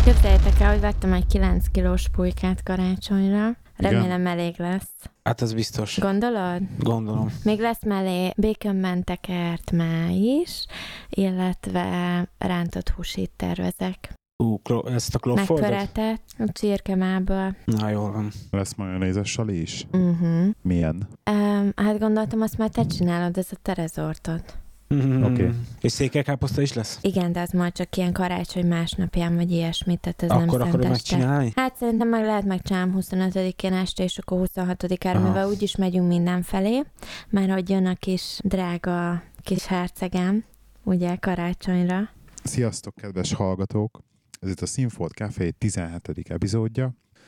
Képzeljétek el, hogy vettem egy 9 kilós pulykát karácsonyra. Remélem elég lesz. Hát az biztos. Gondolod? Gondolom. Még lesz mellé bacon tekert máj is, illetve rántott húsit tervezek. Ezt a Cliffordot? Megköretett csirkemából. Na, jól van. Lesz majonézes sali is? Milyen? Hát gondoltam, azt már te csinálod, ez a te rezortod. Oké. És székelykáposzta is lesz? Igen, de az majd csak ilyen karácsony másnapján, vagy ilyesmit, tehát ez Akkor nem akarod szenteste. megcsinálni? Hát szerintem meg lehet megcsinálni 25-én este, és akkor 26-ára, Aha. mivel úgyis megyünk mindenfelé, mert hogy jön a kis drága kis hercegem, ugye karácsonyra. Sziasztok, kedves hallgatók! Ez itt a Színfolt Café 17. epizódja,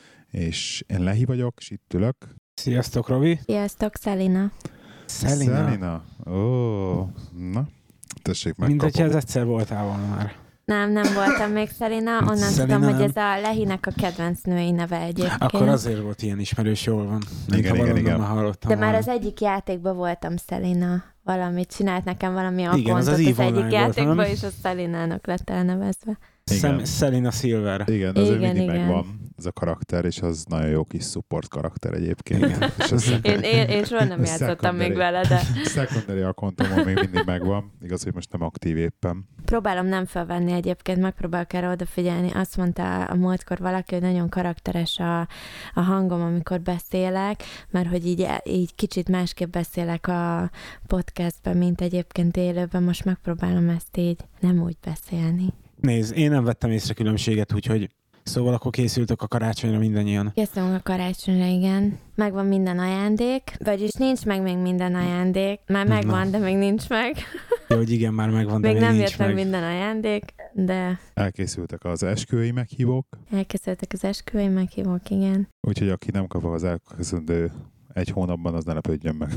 és én Lehi vagyok, és itt ülök. Sziasztok, Robi. Sziasztok, Szelina. Szelina. Ó, na, tessék, megkapom. Mint hogyha ez egyszer voltál volna már. Nem voltam még Szelina, onnan Szelina tudom, hogy nem. ez a Lehinek a kedvenc női neve egyébként. Akkor azért volt ilyen ismerős, jól van. Igen. Már hallottam. De már volna. az egyik játékban voltam Szelina. Valamit csinált nekem valami Igen, akkontot az az Eve egyik Online volt, játékban, nem? és a Szelinának lett elnevezve. Igen. Szelina Silver. Igen, azért Igen, mindig igen. megvan ez a karakter, és az nagyon jó kis support karakter egyébként. És az Én soha nem játszottam még vele, de secondary accountomon még mindig megvan. Igaz, hogy most nem aktív éppen. próbálom nem felvenni egyébként, megpróbálok erre odafigyelni. Azt mondta a múltkor valaki, hogy nagyon karakteres a hangom, amikor beszélek, mert hogy így kicsit másképp beszélek a podcastben, mint egyébként élőben. Most megpróbálom ezt így nem úgy beszélni. Nézd, én nem vettem észre különbséget, úgyhogy szóval akkor készültök a karácsonyra mindannyian. Készülünk a karácsonyra, igen. Megvan minden ajándék, vagyis nincs meg még minden ajándék. Már megvan, de még nincs meg. Jó, hogy igen, már megvan, de Még nem nincs jött meg meg. minden ajándék, de Elkészültek az esküvői meghívók, elkészültek az esküvői meghívók, igen. úgyhogy aki nem kap az elköszöntő egy hónapban, az ne lepődjön meg.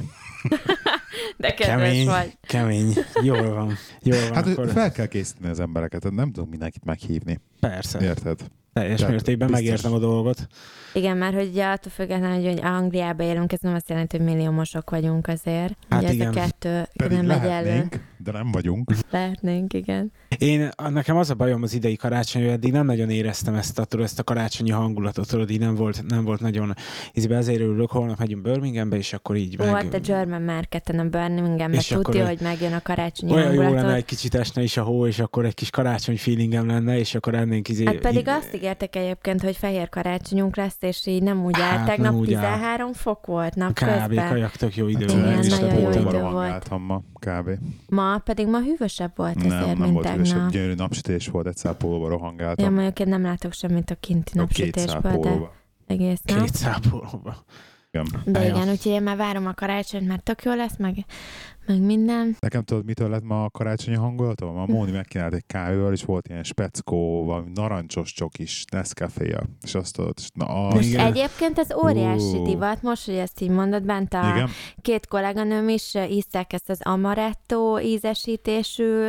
De kedves vagy. Kemény. Jól van. Hát akkor fel kell készíteni az embereket, nem tudunk mindenkit meghívni. persze. Érted? Teljes Tehát mértékben biztos. megértem a dolgot. Igen, mert hogy ugye attól függetlenül, hogy Angliába élünk, ez nem azt jelenti, hogy milliómosok vagyunk azért. Hát ugye igen. ez a kettő Pedig nem megy elő. lehetnénk, de nem vagyunk. Lehetnénk, igen. Nekem az a bajom az idei karácsony, hogy eddig nem nagyon éreztem ezt a karácsonyi hangulatot, tudod, így nem volt nagyon. Ezért örülök, holnap megyünk Birminghambe, és akkor így Volt a German Marketen a Birminghamben, És akkor tudja, hogy megjön a karácsonyi olyan jó hangulatot. lenne, egy kicsit esne is a hó, és akkor egy kis karácsony feelingem lenne, és akkor ennénk Hát pedig azt ígértek egyébként, hogy fehér karácsonyunk lesz, és így nem úgy Hát áll. nem Tegnap úgy áll. 13 fok volt kb. napközben. Kajak tök jó idő Igen, volt. nagyon jó idő Hóban volt. álltam ma, kb. Pedig ma hűvösebb volt ezért, Nem mint volt hűvösebb, tegnap. gyönyörű napsütés volt, egyszer pólóba Ja, rohangáltam. mondjuk én nem látok semmit a kinti napsütésből, de pólóba. egész nap. 2 szápolóba. Igen. De Jó. igen, úgyhogy én már várom a karácsonyt, mert tök jó lesz, meg minden. Nekem tudod, mitől lett ma a karácsonyi hangulatom? A Móni megkínált egy kávéval, és volt ilyen speckó, valami narancsos csokis Nescafé-ja. És azt tudod, és Most Igen. egyébként ez óriási Ú. divat, most, hogy ezt így mondod, bent a igen, két kolléganőm is iszták ezt az amaretto ízesítésű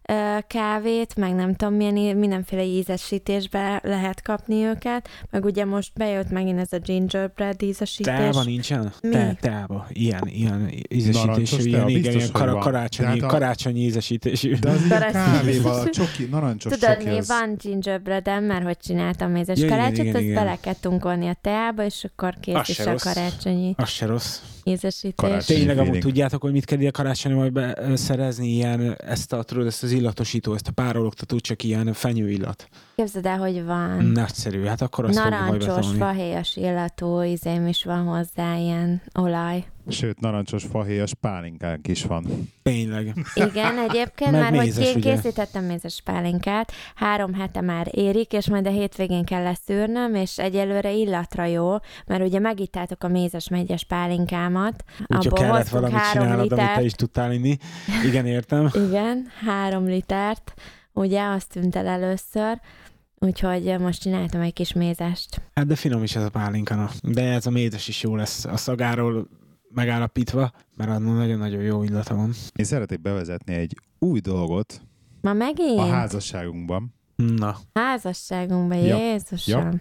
kávét, meg nem tudom, mindenféle ízesítésbe lehet kapni őket, meg ugye most bejött megint ez a gingerbread ízesítés. Teába nincsen? Mi? Teába. Ilyen ízesítésű, Narancsos ilyen, tea, igen, biztos, ilyen hogy van. karácsonyi, De hát karácsonyi ízesítésű. de az ilyen Karácsony. kávéval, a csoki, narancsos Tudod csoki, mi, az... van gingerbread-em, mert hogy csináltam mézes Ja, igen, karácsot, igen, azt igen. bele kell tunkolni a teába, és akkor kész Az is se a rossz. karácsonyi Az se rossz. ízesítés. Karácsonyi. Tényleg amúgy feeling. tudjátok, hogy mit kell ide karácsonyra majd beszerezni, ilyen, ezt az illatosító, ezt a párologtató, csak ilyen fenyőillat. Képzeld el, hogy van. Nagyszerű, hát akkor azt fogom majd Narancsos, betanulni. fahéjas illatú izém is van hozzá, ilyen olaj. Sőt, narancsos fahéjas pálinkánk is van. Tényleg. Igen, egyébként Meg már, hogy mézes, ugye? készítettem mézes pálinkát, 3 hete már érik, és majd a hétvégén kell leszűrnöm, és egyelőre illatra jó, mert ugye megittátok a mézes megyes pálinkámat. Úgyhogy Abból kellett hoztunk valamit 3 csinálnod, amit te litert. is tudtál inni. Igen, értem. Igen, 3 litert, ugye, azt tűnt el először, úgyhogy most csináltam egy kis mézest. Hát de finom is ez a pálinka, na. De ez a mézes is jó lesz a szagáról megállapítva, mert annak nagyon-nagyon jó illata van. Én szeretnék bevezetni egy új dolgot Ma megint? a házasságunkban. Na, Házasságunkban, Ja. Jézusom.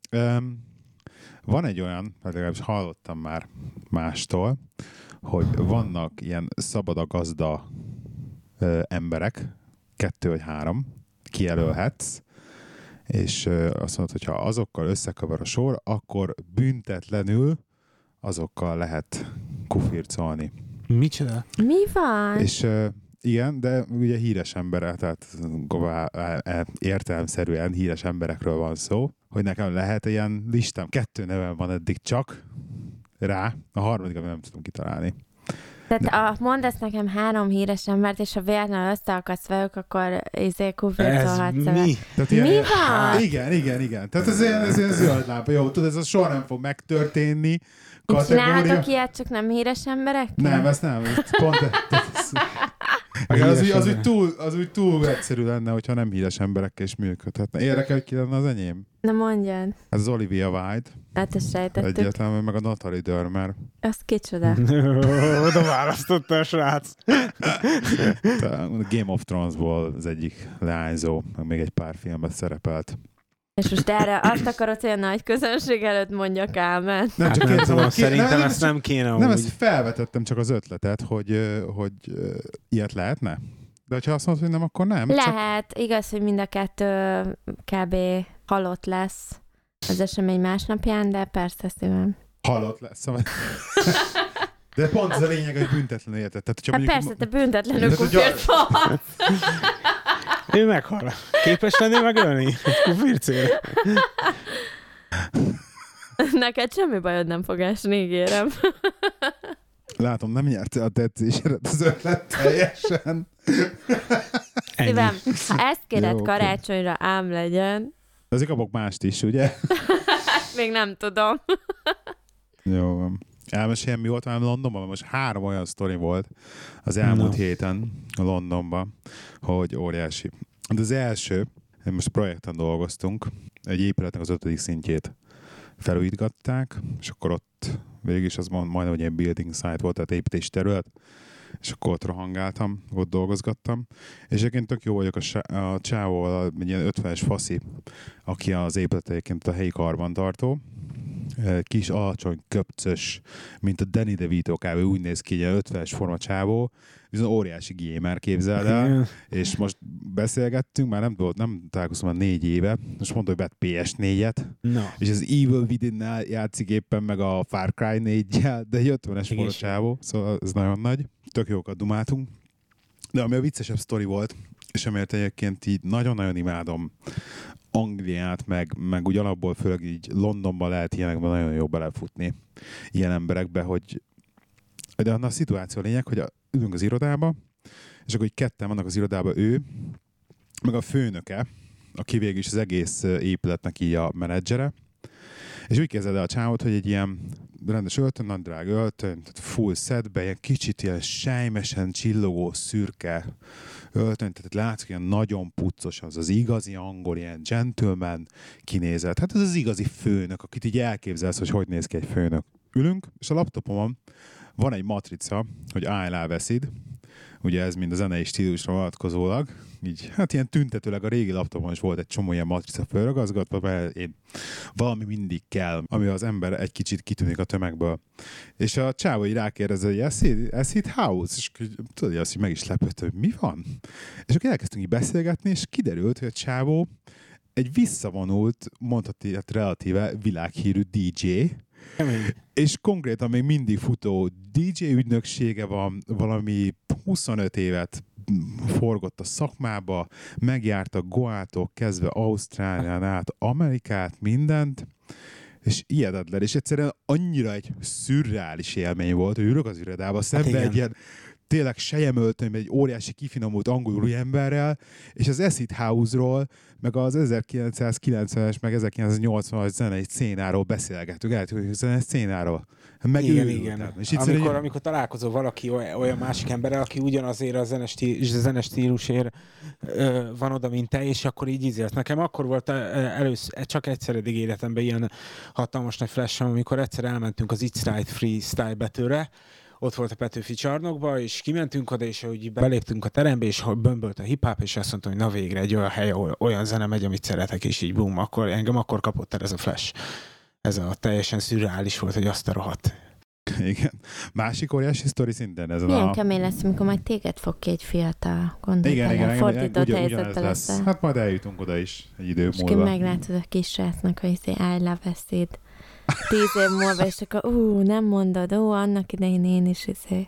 Van egy olyan, hát legalábbis hallottam már mástól, hogy vannak ilyen szabad a gazda emberek, 2 vagy 3, kijelölhetsz, és azt mondod, hogy ha azokkal összekavar a sor, akkor büntetlenül azokkal lehet kufircolni. Micsoda? Mi van? És igen, de ugye híres emberek, tehát értelemszerűen híres emberekről van szó, hogy nekem lehet ilyen listám. 2 nevem van eddig csak rá, a 3. nem tudom kitalálni. Tehát mondasz nekem 3 híres embert, és ha véletlenül összeakadsz velük, akkor kufircolhatsz vele. Mi? Mi van? Igen. Tehát ez ilyen zöld lámpa. Jó, tudod, ez soha nem fog megtörténni. Csinálhatok ilyet, csak nem híres emberek? Nem, ezt nem. Az úgy túl egyszerű lenne, hogyha nem híres emberekkel is működhetne. Érdekel, hogy ki lenne az enyém? Na mondjad. Ez az Olivia Wilde. Hát ezt sejtettük. Egyértelműen, meg a Natalie Dormer. Az kicsoda. Oda választotta a srác. A Game of Thronesból az egyik leányzó, meg még egy pár filmben szerepelt. És most erre azt akarod, hogy a nagy közönség előtt mondjak ámen? Nem, csak nem tudom, szerintem ezt nem kéne Nem, ezt felvetettem csak az ötletet, hogy ilyet lehetne. De ha azt mondod, hogy nem, akkor nem. Lehet. Csak... Igaz, hogy mind a 2 kb. Halott lesz az esemény másnapján, de persze szívem. Halott lesz. De pont ez a lényeg, hogy büntetlenül érted. Hát mondjuk, persze, te büntetlenül kufircolhatsz. Ő meghal. Képes lennél megölni? Kufircél. Neked semmi bajod nem fog esni, ígérem. Látom, nem nyerte a tetszésedet az ötlet teljesen. Szívem, ha ezt kéred karácsonyra, ám legyen. Azért kapok mást is, ugye? Hát még nem tudom. Jó van. Elmeséljem, mi volt már Londonban? Most 3 olyan sztori volt az elmúlt héten a Londonban, hogy óriási. De az első, most projekten dolgoztunk, egy épületnek az 5. szintjét felújítgatták, és akkor ott végig is az majdnem, hogy ilyen building site volt, tehát építés terület, és akkor ott rohangáltam, ott dolgozgattam, és egyébként tök jó vagyok a csávóval, egy ilyen 50-es faszi, aki az épület egyébként a helyi karbantartó, kis, alacsony, köpcös, mint a Danny DeVito kb. Úgy néz ki, ilyen 50-es forma csávó, viszont óriási gamer, képzeld el, és most beszélgettünk, már nem találkoztam már 4 éve, most mondta, hogy vett PS4-et, és az Evil Within-nel játszik éppen meg a Far Cry 4-jel, de egy 50-es forma csávó, szóval ez nagyon nagy, tök jókat dumáltunk, de ami a viccesebb sztori volt, és amiért egyébként így nagyon-nagyon imádom Angliát, meg úgy alapból főleg így Londonban lehet ilyenekben nagyon jó belefutni ilyen emberekbe, hogy de a szituáció lényeg, hogy ülünk az irodába, és akkor így 2 vannak az irodában, ő, meg a főnöke, aki végül is az egész épületnek így a menedzsere, és úgy kezded el a csávot, hogy egy ilyen rendes öltön, nagy drág öltön, full setbe, ilyen kicsit ilyen sejmesen csillogó, szürke öltön, tehát látszik, ilyen nagyon puccos, az igazi angol, ilyen gentleman kinézet. Hát ez az igazi főnök, akit így elképzelsz, hogy néz ki egy főnök. Ülünk, és a laptopomon van egy matrica, hogy I love acid, ugye ez mind a zenei stílusra vonatkozólag, így, hát ilyen tüntetőleg a régi laptopon is volt egy csomó ilyen matrica fölragazgatva, mert valami mindig kell, ami az ember egy kicsit kitűnik a tömegből. És a csávó így rákérdez, hogy acid house? És tudod, azt így meg is lepődött, hogy mi van? És akkor elkezdtünk így beszélgetni, és kiderült, hogy a csávó egy visszavonult, mondhatni, hát relatíve világhírű DJ, és konkrétan még mindig futó DJ ügynöksége van, valami 25 évet forgott a szakmába, megjárta Goától kezdve Ausztrálián át, Amerikát, mindent, és ijedetlen, és egyszerűen annyira egy szürreális élmény volt, hogy ülök az irodába, szembe egy ilyen tényleg selyemöltönyben egy óriási kifinomult angol emberrel, és az Acid House-ról, meg az 1990-es, meg 1980-as zenei szcénáról beszélgetünk, hogy zenei szcénáról. Igen. És amikor találkozol valaki olyan másik emberrel, aki ugyanazért a zenes stílusért van oda, mint te, és akkor így ízért. Nekem akkor volt először, csak egyszer eddig életemben ilyen hatalmas nagy flash, amikor egyszer elmentünk az It's Right Freestyle betőre, ott volt a Petőfi csarnokba, és kimentünk oda, és úgy beléptünk a terembe, és bömbölt a hip-hop, és azt mondtam, hogy na végre egy olyan hely, olyan zene megy, amit szeretek, és így bum, engem akkor kapott el ez a flash. Ez a teljesen szürreális volt, hogy azt a rohadt. Igen. Másik óriási sztori szintén ezen milyen kemény lesz, amikor majd téged fog ki egy fiatal igen, fordított helyzettel lesz. Hát majd eljutunk oda is egy idő múlva. És ki meglátod a kis srácnak, hogy I love beszéd 10 év múlva, és akkor nem mondod, annak idején én is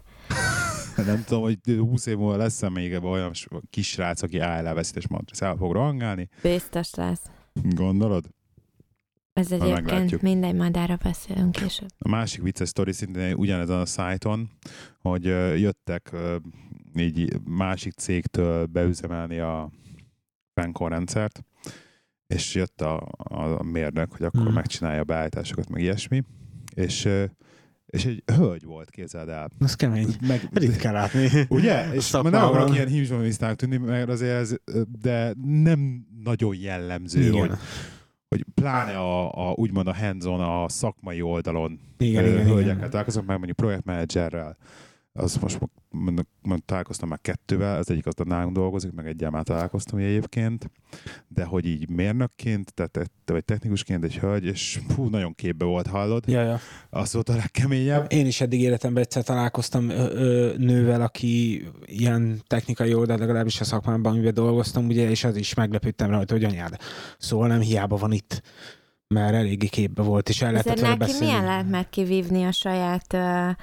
Nem tudom, hogy 20 év múlva lesz még olyan kis srác, aki álláveszít, és el fog rohangálni. Biztos lesz. Gondolod? Ez egyébként mindegy, majd erre beszélünk később. A másik vicces sztori szintén ugyanezen a szájton, hogy jöttek így másik cégtől beüzemelni a Pencon rendszert, és jött a mérnök, hogy akkor megcsinálja a beállításokat, meg ilyesmi, és egy hölgy volt, képzeld el. Ez kemény. Ritkán látni. Ugye? És nem akarok ilyen hímzsonisztának tűnni, mert azért ez, de nem nagyon jellemző, hogy pláne úgymond a hands-on, a szakmai oldalon hölgyekkel találkozom, meg mondjuk projektmenedzserrel. Az most találkoztam már 2, az egyik az nálunk dolgozik, meg egyel már találkoztam egyébként, de hogy így mérnökként, vagy technikusként egy hölgy, és nagyon képbe volt, hallod? Ja. Az volt a legkeményebb. Én is eddig életemben egyszer találkoztam nővel, aki ilyen technikai oldal, legalábbis a szakmámban, amiben dolgoztam, ugye, és az is meglepődtem rajta, hogy anyád. Szóval nem hiába van itt, mert eléggé képbe volt, és el lehetett vele beszélni. Milyen lehet már kivívni a saját...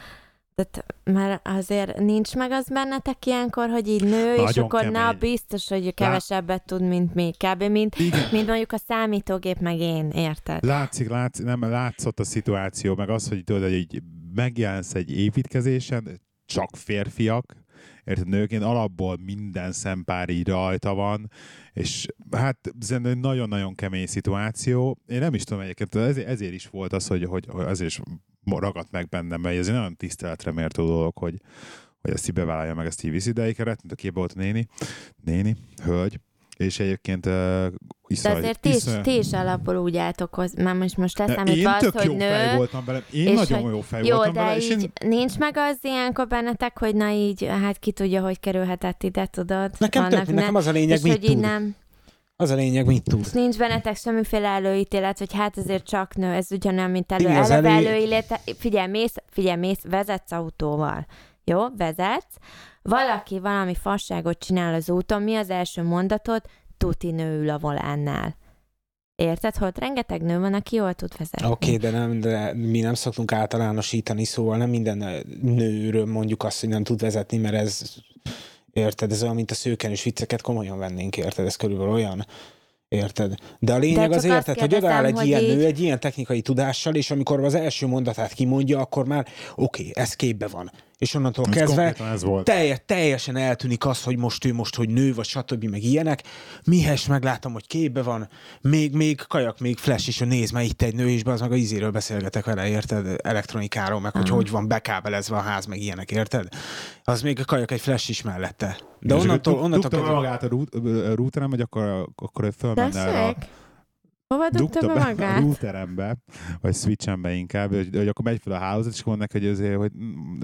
Mert azért nincs meg az bennetek ilyenkor, hogy így nő, nagyon és akkor kemény. Biztos, hogy kevesebbet tud, mint még kb. Mint mondjuk a számítógép, meg én, érted? Látszott a szituáció, meg az, hogy tudod, hogy így megjelensz egy építkezésen, csak férfiak, érted, nőként alapból minden szempár így rajta van, és hát ez egy nagyon-nagyon kemény szituáció. Én nem is tudom egyébként, ezért is volt az, hogy azért is ragadt meg bennem, mert ez egy nagyon tiszteletre méltó dolog, hogy ezt így bevállalja, meg ezt így viszi, de mint a képbe volt a néni, hölgy, és egyébként de azért ti is alapból úgy álltok, mert most leszámítva azt, hogy nő. Fej voltam vele. Én nagyon jó fej voltam vele. Jó, de így nincs meg az ilyenkor bennetek, hogy na így, hát ki tudja, hogy kerülhetett ide, tudod? Nekem az a lényeg, mit tud. Az a lényeg, mit tud. És nincs bennetek semmiféle előítélet, hogy hát azért csak nő, ez ugyanolyan, mint előítélet. Figyelj, mész, vezetsz autóval. Jó, vezetsz. Valaki valami fasságot csinál az úton, mi az első mondatod? Tuti nő ül a volánnál. Érted, hogy rengeteg nő van, aki jól tud vezetni. Oké, de mi nem szoktunk általánosítani, szóval nem minden nőről mondjuk azt, hogy nem tud vezetni, mert ez, érted, ez olyan, mint a szőkenős vicceket komolyan vennénk, érted, ez körülbelül olyan. Érted? De a lényeg az, érted, hogy odaáll egy ilyen nő, egy ilyen technikai tudással, és amikor az első mondatát kimondja, akkor már oké, ez képbe van. És onnantól kezdve teljesen eltűnik az, hogy most hogy nő, vagy stb. Meg ilyenek. Mihez meglátom, hogy képbe van, még flash is, hogy nézd, mert itt egy nő, és az meg a izéről beszélgetek vele, érted? Elektronikáról, meg hogy van bekábelezve a ház, meg ilyenek, érted? Az még egy flash is mellette. De onnantól kezdve... magát a routerem, hogy akkor fölmenne Hova dugta be magát? A routerembe, vagy switchembe inkább, hogy akkor megy fel a hálózat, és mondnak, hogy azért, hogy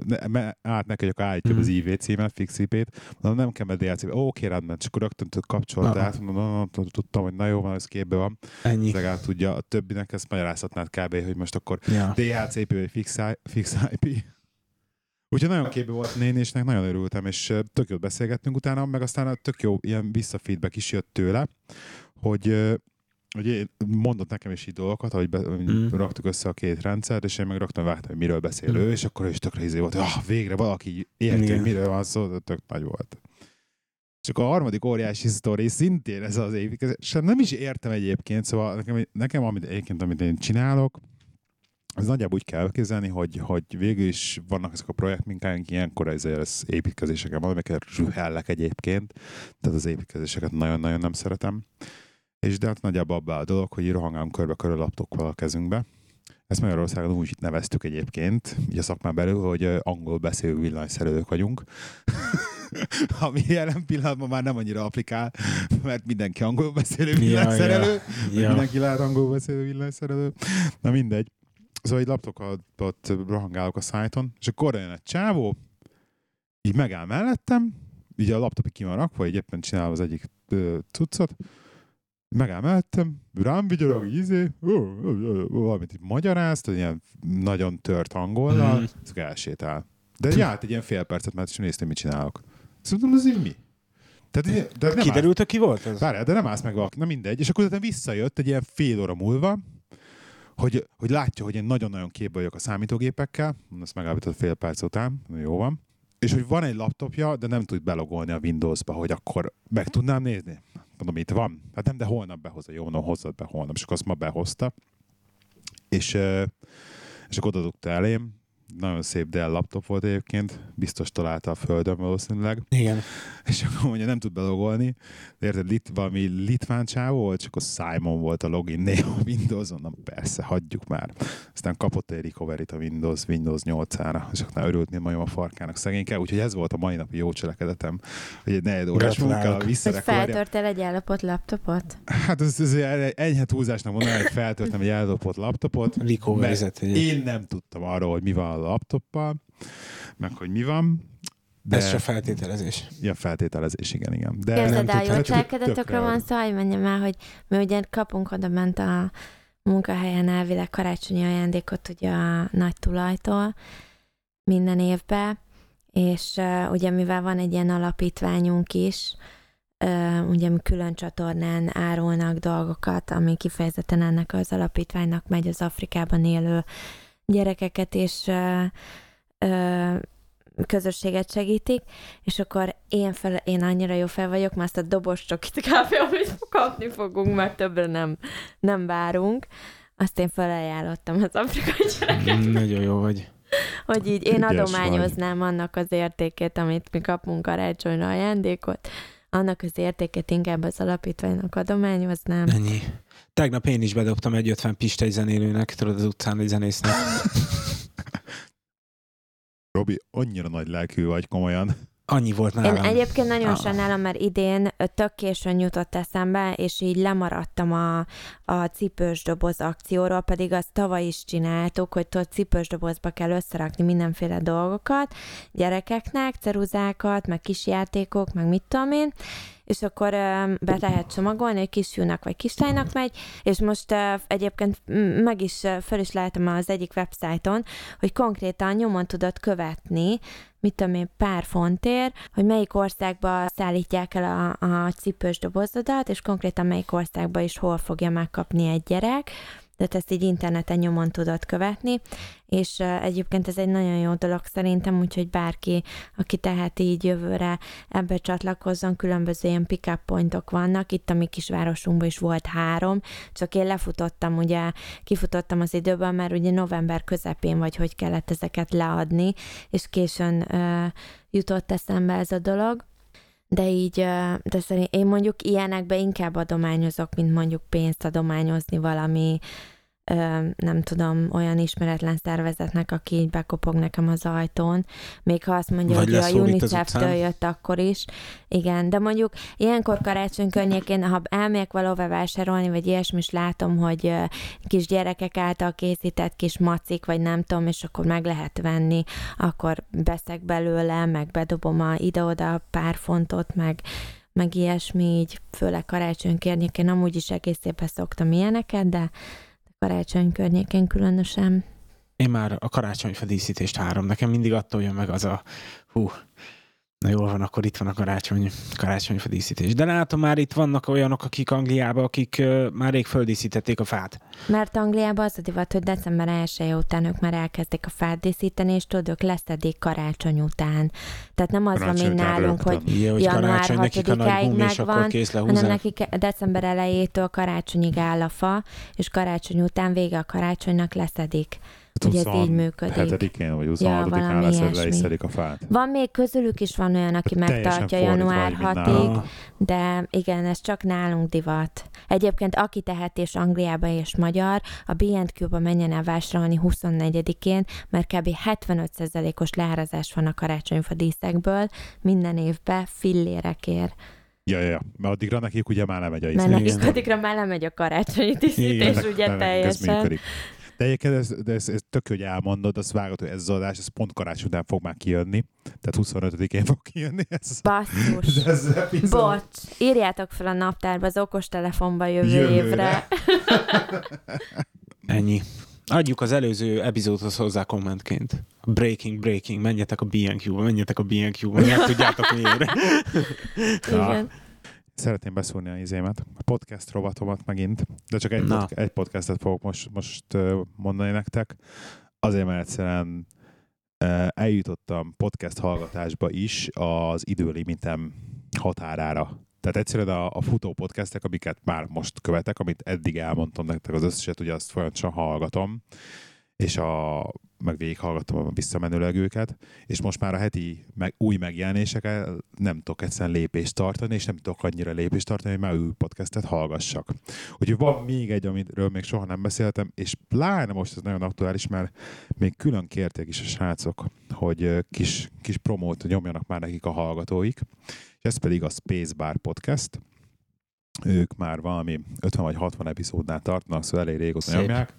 át neki, hogy akkor állítja az IV címet, fix IP-t, mondom, nem kell meg DLC-be. Oké, rendben, és akkor rögtön kapcsolat át, mondom, tudtam, hogy na jó, van, ez képbe van. Ennyi. Legalább tudja, a többinek ezt magyarázhatnád kb., hogy most akkor DHCP vagy fix IP. Úgyhogy nagyon képbe volt nénésnek, nagyon örültem, és tök jót beszélgettünk utána, meg aztán tök jó ilyen visszafeedback is jött tőle, hogy mondott nekem is így dolgokat, hogy raktuk össze a két rendszert, és én meg raktam, vágtam, hogy miről beszél ő, és akkor is tökre izé volt, hogy végre valaki érti, hogy miről van szó, de tök nagy volt. Csak a harmadik óriási sztori szintén ez az építkezés. Nem is értem egyébként, szóval nekem amit én csinálok, az nagyjából úgy kell elképzelni, hogy végül is vannak ezek a projektminkáink, ilyenkor az építkezéseken valamiket zsühellek egyébként, tehát az építkezéseket nagyon-nagyon nem szeretem. És de hát nagyjából abban a dolog, hogy rohangálunk körbe-körbe laptokkal a kezünkbe. Ezt Magyarországon úgy neveztük egyébként, így a szakmán belül, hogy angol beszélő villanyszerelők vagyunk. Ami jelen pillanatban már nem annyira applikál, mert mindenki angol beszélő villanyszerelő. Mindenki lehet angol beszélő villanyszerelő. Na mindegy. Szóval egy laptokat rohangálok a szájton, és akkor jön egy csávó, így megáll mellettem, így a laptopig ki van rakva, így éppen csinálva az egyik cuccot, Megáll mellettem, rám vigyorog, valamit így magyarázt, ilyen nagyon tört angollal, ez elsétál. De járt egy ilyen fél percet, mert is néztem, mit csinálok. Szóval az így mi? De kiderült, ki volt ez? Várjál, de nem állsz meg valaki. Na mindegy. És akkor utána visszajött egy ilyen fél óra múlva, hogy látja, hogy én nagyon-nagyon képbe vagyok a számítógépekkel, azt megállapított fél perc után, jó van, és hogy van egy laptopja, de nem tud belogolni a Windowsba, hogy akkor meg tudnám nézni. Mondom, itt van. Hát nem, de holnap behozza. Jó, no, hozzad be holnap. És akkor azt ma behozta. És akkor oda dugta elém. Nagyon szép Dell laptop volt egyébként. Biztos találta a földön valószínűleg. Igen. És akkor mondja, nem tud belogolni. De érted, valami litván csávó volt, csak akkor Simon volt a login név a Windows-on. Na persze, hagyjuk már. Aztán kapott egy recovery-t a Windows 8-ára. És akkor örült, mint majom a farkának szegényke. Úgyhogy ez volt a mai napi jó cselekedetem, hogy egy 4 órás munkával visszarekorja. Hogy feltörtél egy ellopott laptopot? Hát ez enyhe túlzásnak mondaná, hogy feltörtem egy ellopott laptopot. Mert én nem tudtam arról, hogy mi van a laptoppal, meg hogy mi van. De ez csak feltételezés. Ja, feltételezés, igen. De képzeld el, jó cselekedetekről van szó, hogy mondjam el, hogy mi ugye kapunk oda ment a munkahelyen elvileg karácsonyi ajándékot ugye a nagy tulajtól minden évben, és ugye mivel van egy ilyen alapítványunk is, ugye mi külön csatornán árulnak dolgokat, ami kifejezetten ennek az alapítványnak megy, az Afrikában élő gyerekeket és közösséget segítik, és akkor én annyira jó fel vagyok, már azt a dobos csokit kb. Amit kapni fogunk, mert többre nem várunk. Azt én felajánlottam az afrikai gyerekeket. Nagyon jó vagy. Hogy így én adományoznám annak az értékét, amit mi kapunk karácsonyra ajándékot, annak az értékét inkább az alapítványnak adományoznám. Ennyi. Tegnap én is bedobtam egy 50 pist egy zenélőnek, tudod, az utcán egy zenésznek. Robi, annyira nagy lelkű vagy, komolyan. Annyi volt nálam. Én egyébként nagyon sajnálom, mert idén tök későn jutott eszembe, és így lemaradtam a cipős doboz akcióról, pedig azt tavaly is csináltuk, hogy tudod, cipős dobozba kell összerakni mindenféle dolgokat, gyerekeknek, ceruzákat, meg kisjátékok, meg mit tudom én, és akkor be lehet csomagolni, hogy kisfiúnak vagy kislánynak megy, és most egyébként föl is láttam az egyik websájton, hogy konkrétan nyomon tudod követni, mit tudom én, pár fontért, hogy melyik országba szállítják el a cipős dobozodat, és konkrétan melyik országba is hol fogja megkapni egy gyerek, de ezt így interneten nyomon tudod követni, és egyébként ez egy nagyon jó dolog szerintem, úgyhogy bárki, aki tehát így jövőre ebbe csatlakozzon, különböző ilyen pick-up pointok vannak, itt a mi kisvárosunkban is volt 3, csak én kifutottam az időben, mert ugye november közepén vagy, hogy kellett ezeket leadni, és későn jutott eszembe ez a dolog. De így, de szerint én mondjuk ilyenekbe inkább adományozok, mint mondjuk pénzt adományozni valami, nem tudom, olyan ismeretlen szervezetnek, aki így bekopog nekem az ajtón. Még ha azt mondja, vagy hogy a UNICEF-től jött akkor is. Igen, de mondjuk ilyenkor karácsony környékén, ha elmegyek valahova vásárolni, vagy ilyesmi, is látom, hogy kis gyerekek által készített kis macik, vagy nem tudom, és akkor meg lehet venni, akkor veszek belőle, meg bedobom ide-oda pár fontot, meg ilyesmi, így főleg karácsony környékén, amúgy is egész évben szoktam ilyeneket, de karácsony környékén különösen. Én már a karácsonyfa díszítést várom. Nekem mindig attól jön meg az a na jól van, akkor itt van a karácsonyfa díszítés. De látom, már itt vannak olyanok, akik Angliában, akik már rég földíszítették a fát. Mert Angliában az a divat, hogy december 1 után ők már elkezdik a fát díszíteni, és tudod, ők leszedik karácsony után. Tehát nem az van, mint nálunk, hogy január 6-áig megvan, hanem nekik december elejétől karácsonyig áll a fa, és karácsony után vége a karácsonynak leszedik. Ugye ez így működik. 7-én vagy 26-án leszedik a fát. Van még közülük is van olyan, aki megtartja január 6-ig, de igen, ez csak nálunk divat. Egyébként aki tehet és Angliában és magyar, a B&Q-ba menjen el vásárolni 24-én, mert kb. 75%-os leárazás van a karácsonyfa díszekből minden évben fillérekért. Ja, mert addigra nekik ugye már lemegy a Mert nekik addigra már lemegy a karácsonyi díszítés, ugye teljesen. De egyébként ez tök, hogy elmondod, azt vágod, hogy ez az adás, ez pont karácsony után fog már kijönni. Tehát 25-én fog kijönni. Basszus. Bocs, írjátok fel a naptárba az okostelefonba jövő évre. Ennyi. Adjuk az előző epizódhoz hozzá kommentként. Breaking, menjetek a B&Q-ba, meg tudjátok miért. Igen. Szeretném beszúrni a izémet, a podcast rovatomat megint, de csak egy podcastet fogok most mondani nektek. Azért, mert egyszerűen eljutottam podcast hallgatásba is az időlimitem határára. Tehát egyszerűen a futó podcastek, amiket már most követek, amit eddig elmondtam nektek az összeset, ugye azt folyamatosan hallgatom, és meg végighallgattam visszamenőleg őket, és most már a heti új megjelenéseket nem tudok egyszerűen lépést tartani, és nem tudok annyira lépést tartani, hogy már új podcastet hallgassak. Úgyhogy van még egy, amiről még soha nem beszéltem, és pláne most ez nagyon aktuális, mert még külön kérték is a srácok, hogy kis promót nyomjanak már nekik a hallgatóik, és ez pedig a Spacebar Podcast. Ők már valami 50 vagy 60 epizódnál tartanak, szóval elég régóta nyomják.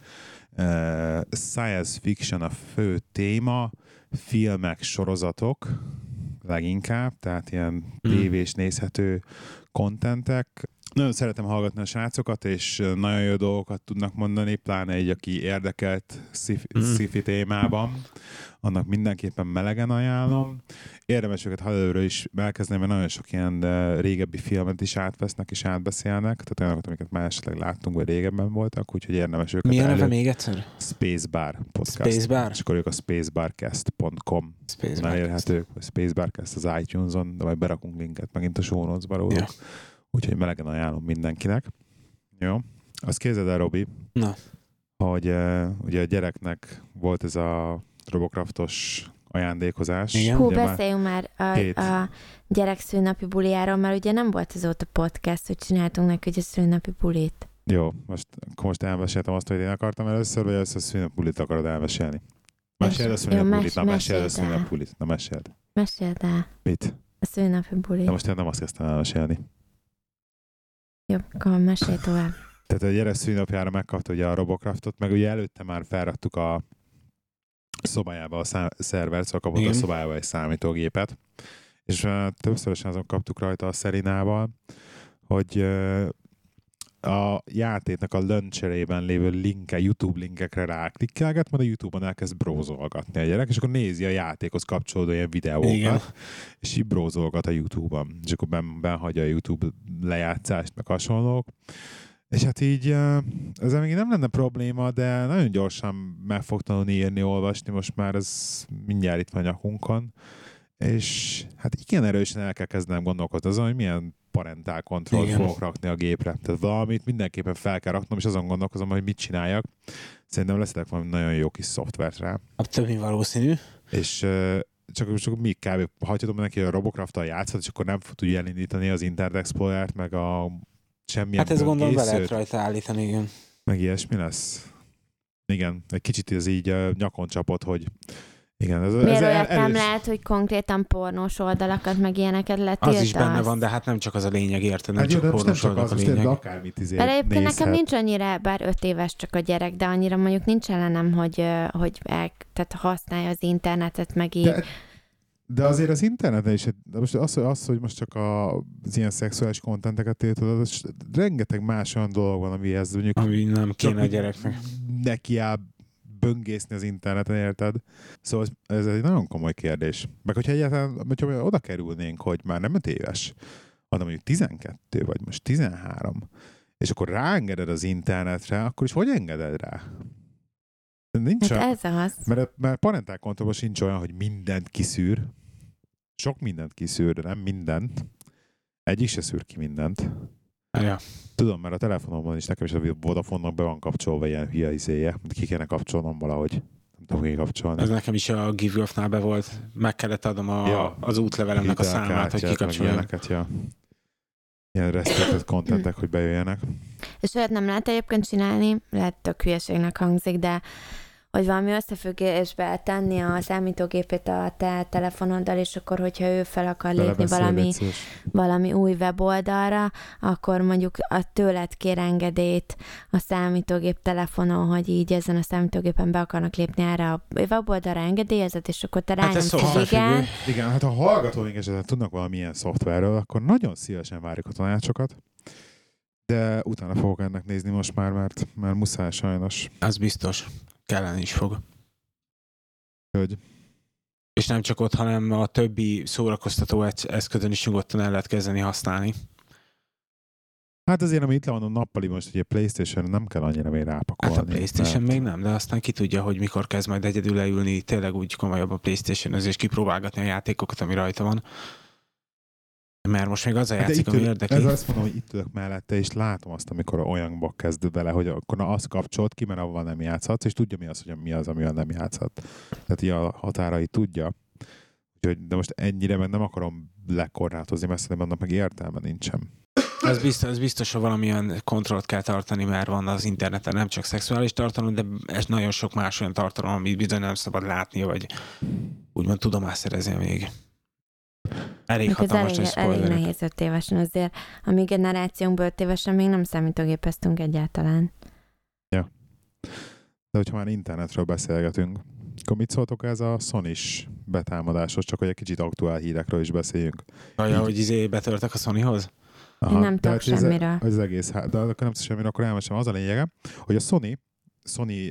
Science fiction a fő téma, filmek, sorozatok leginkább, tehát ilyen tévés nézhető kontentek. Nagyon szeretem hallgatni a srácokat, és nagyon jó dolgokat tudnak mondani, pláne egy, aki érdekelt sci-fi témában. Annak mindenképpen melegen ajánlom. Érdemes őket előről is elkezdeni, mert nagyon sok ilyen régebbi filmet is átvesznek és átbeszélnek, tehát olyanokat, amiket már esetleg láttunk, vagy régebben voltak, úgyhogy érdemes őket. Milyen neve még egyszer? Spacebar Podcast. Spacebar? És akkor ők a spacebarcast.com elérhetők, vagy Spacebarcast az iTunes-on, de majd berakunk linket megint a show notes-ba róla. Yeah. Úgyhogy melegen ajánlom mindenkinek. Jó? Azt képzeld el, Robi, hogy ugye a gyereknek volt ez a Robocraftos ajándékozás. Igen. Hú, beszéljünk már a gyerek szülinapi buliáról, mert ugye nem volt azóta podcast, hogy csináltunk neki ugye szülinapi bulit. Jó, most elmeséltem azt, hogy én akartam először, vagy először a szülinapi bulit akarod elmesélni? Meséld a szülinapi bulit, meséld a szülinapi bulit, meséld. Meséld el. Mit? A szülinapi bulit. De most én nem azt kezdtem elmesélni. Jó, akkor mesélj tovább. Tehát a gyerek szülinapjára megkapta ugye a Robocraftot, meg ugye előtte már felraktuk a szobájába a szervert, szóval kapott a szobájába egy számítógépet, és többszörösen azon kaptuk rajta a Szerinával, hogy a játéknak a launcherében lévő YouTube linkekre ráklikkelget, majd a YouTube-on elkezd brózolgatni a gyerek, és akkor nézi a játékhoz kapcsolódó ilyen videókat, igen. És így brózolgat a YouTube-on, és akkor benhagyja a YouTube lejátszást, meg hasonlók. És hát így ezzel még nem lenne probléma, de nagyon gyorsan meg fog tanulni írni, olvasni, most már ez mindjárt itt van a nyakunkon. És hát igen erősen el kell kezdenem gondolkozni azon, hogy milyen parentál kontrollt fogok rakni a gépre. Tehát valamit mindenképpen fel kell raknom, és azon gondolkozom, hogy mit csináljak. Szerintem lesznek valami nagyon jó kis szoftvert rá. Hát több mint valószínű. És csak mi kb. Hagyhatom neki, hogy a Robocraft-tal játszhat, és akkor nem tudja elindítani az Internet Explorer-t, meg a semmilyen hát ez gondolom be lehet rajta állítani, igen. Meg ilyesmi lesz. Igen, egy kicsit ez így nyakon csapott, hogy igen. Miért olyat nem lehet, hogy konkrétan pornós oldalakat, meg ilyeneket letiltasz? Az is benne van, de hát nem csak az a lényeg, érted? Nem csak pornós oldalak a lényeg. Akármit mert egyébként nekem nincs annyira, bár 5 éves csak a gyerek, de annyira mondjuk nincs ellenem, hogy tehát használja az internetet, meg így. De azért az interneten is, most az, hogy most csak az ilyen szexuális kontenteket tiltod, az rengeteg más olyan dolog van, amihez mondjuk... Ami nem kéne a gyereknek. Neki áll böngészni az interneten, érted? Szóval ez egy nagyon komoly kérdés. Meg hogyha egyáltalán, hogyha oda kerülnénk, hogy már nem 5 éves, hanem mondjuk 12, vagy most 13, és akkor ráengeded az internetre, akkor is hogy engeded rá? Nincs hát ez az. Mert parentál kontrollban sincs olyan, hogy mindent kiszűr. Sok mindent kiszűr, de nem mindent. Egyik se szűr ki mindent. Ja. Tudom, mert a telefonomban is nekem is a Vodafone-nak be van kapcsolva ilyen hülye izéje. Ki kéne kapcsolnom valahogy. Nem tudom, ki kapcsolni. Ez nekem is a Give Off-nál be volt. Meg kellett adnom az útlevelemnek a számát, hogy kikapcsoljanak. Ja. Ilyen restricted contentek, hogy bejöjjenek. És olyat nem lehet egyébként csinálni, lehet tök hülyeségnek hangzik, de hogy valami összefüggésbe tenni a számítógépét a te telefonoddal, és akkor, hogyha ő fel akar lépni valami új weboldalra, akkor mondjuk tőled kér engedélyt a számítógép telefonon, hogy így ezen a számítógépen be akarnak lépni erre a weboldalra engedélyezett, és akkor te rányomsz, hogy igen. Igen, hát ha hallgatóink esetleg tudnak valamilyen szoftverről, akkor nagyon szívesen várjuk a tanácsokat. De utána fogok ennek nézni most már, mert muszáj sajnos. Az biztos. Kellene is fog. Hogy? És nem csak ott, hanem a többi szórakoztató eszközön is nyugodtan el lehet kezdeni használni. Hát azért, ami itt le van a nappali most, hogy a PlayStation nem kell annyira még rápakolni. Hát a PlayStation még nem, de aztán ki tudja, hogy mikor kezd majd egyedül leülni, tényleg úgy komolyabb a PlayStation-öz, és kipróbálgatni a játékokat, ami rajta van. Mert most még az a játszik, ami érdekli. Ez azt mondom, hogy itt ülök mellette, és látom azt, amikor olyanba kezd vele, hogy akkor azt kapcsolt ki, mert avval nem játszhatsz, és tudja mi az, hogy mi az, amivel nem játszhat. Tehát így a határait tudja. Úgyhogy, de most ennyire meg nem akarom lekorlátozni, mert szerintem annak meg értelme nincsen. Ez biztos, hogy valamilyen kontrollt kell tartani, mert van az interneten nem csak szexuális tartalom, de ez nagyon sok más olyan tartalom, amit bizony nem szabad látni, vagy úgymond tudomást szerezni még. Elég hatalmas nagy spoilerek. Elég nehéz 5 évesen, azért a mi generációnkból 5 évesen még nem számítógépeztünk egyáltalán. Ja. De hogyha már internetről beszélgetünk, akkor mit szóltok ez a Sony-s betámadáshoz, csak hogy egy kicsit aktuál hírekről is beszéljünk. Olyan, hogy betörtek a Sonyhoz? Aha, én nem tudok semmiről. Az egész, de akkor nem tudok semmiről, akkor elmesem. Az a lényege, hogy a Sony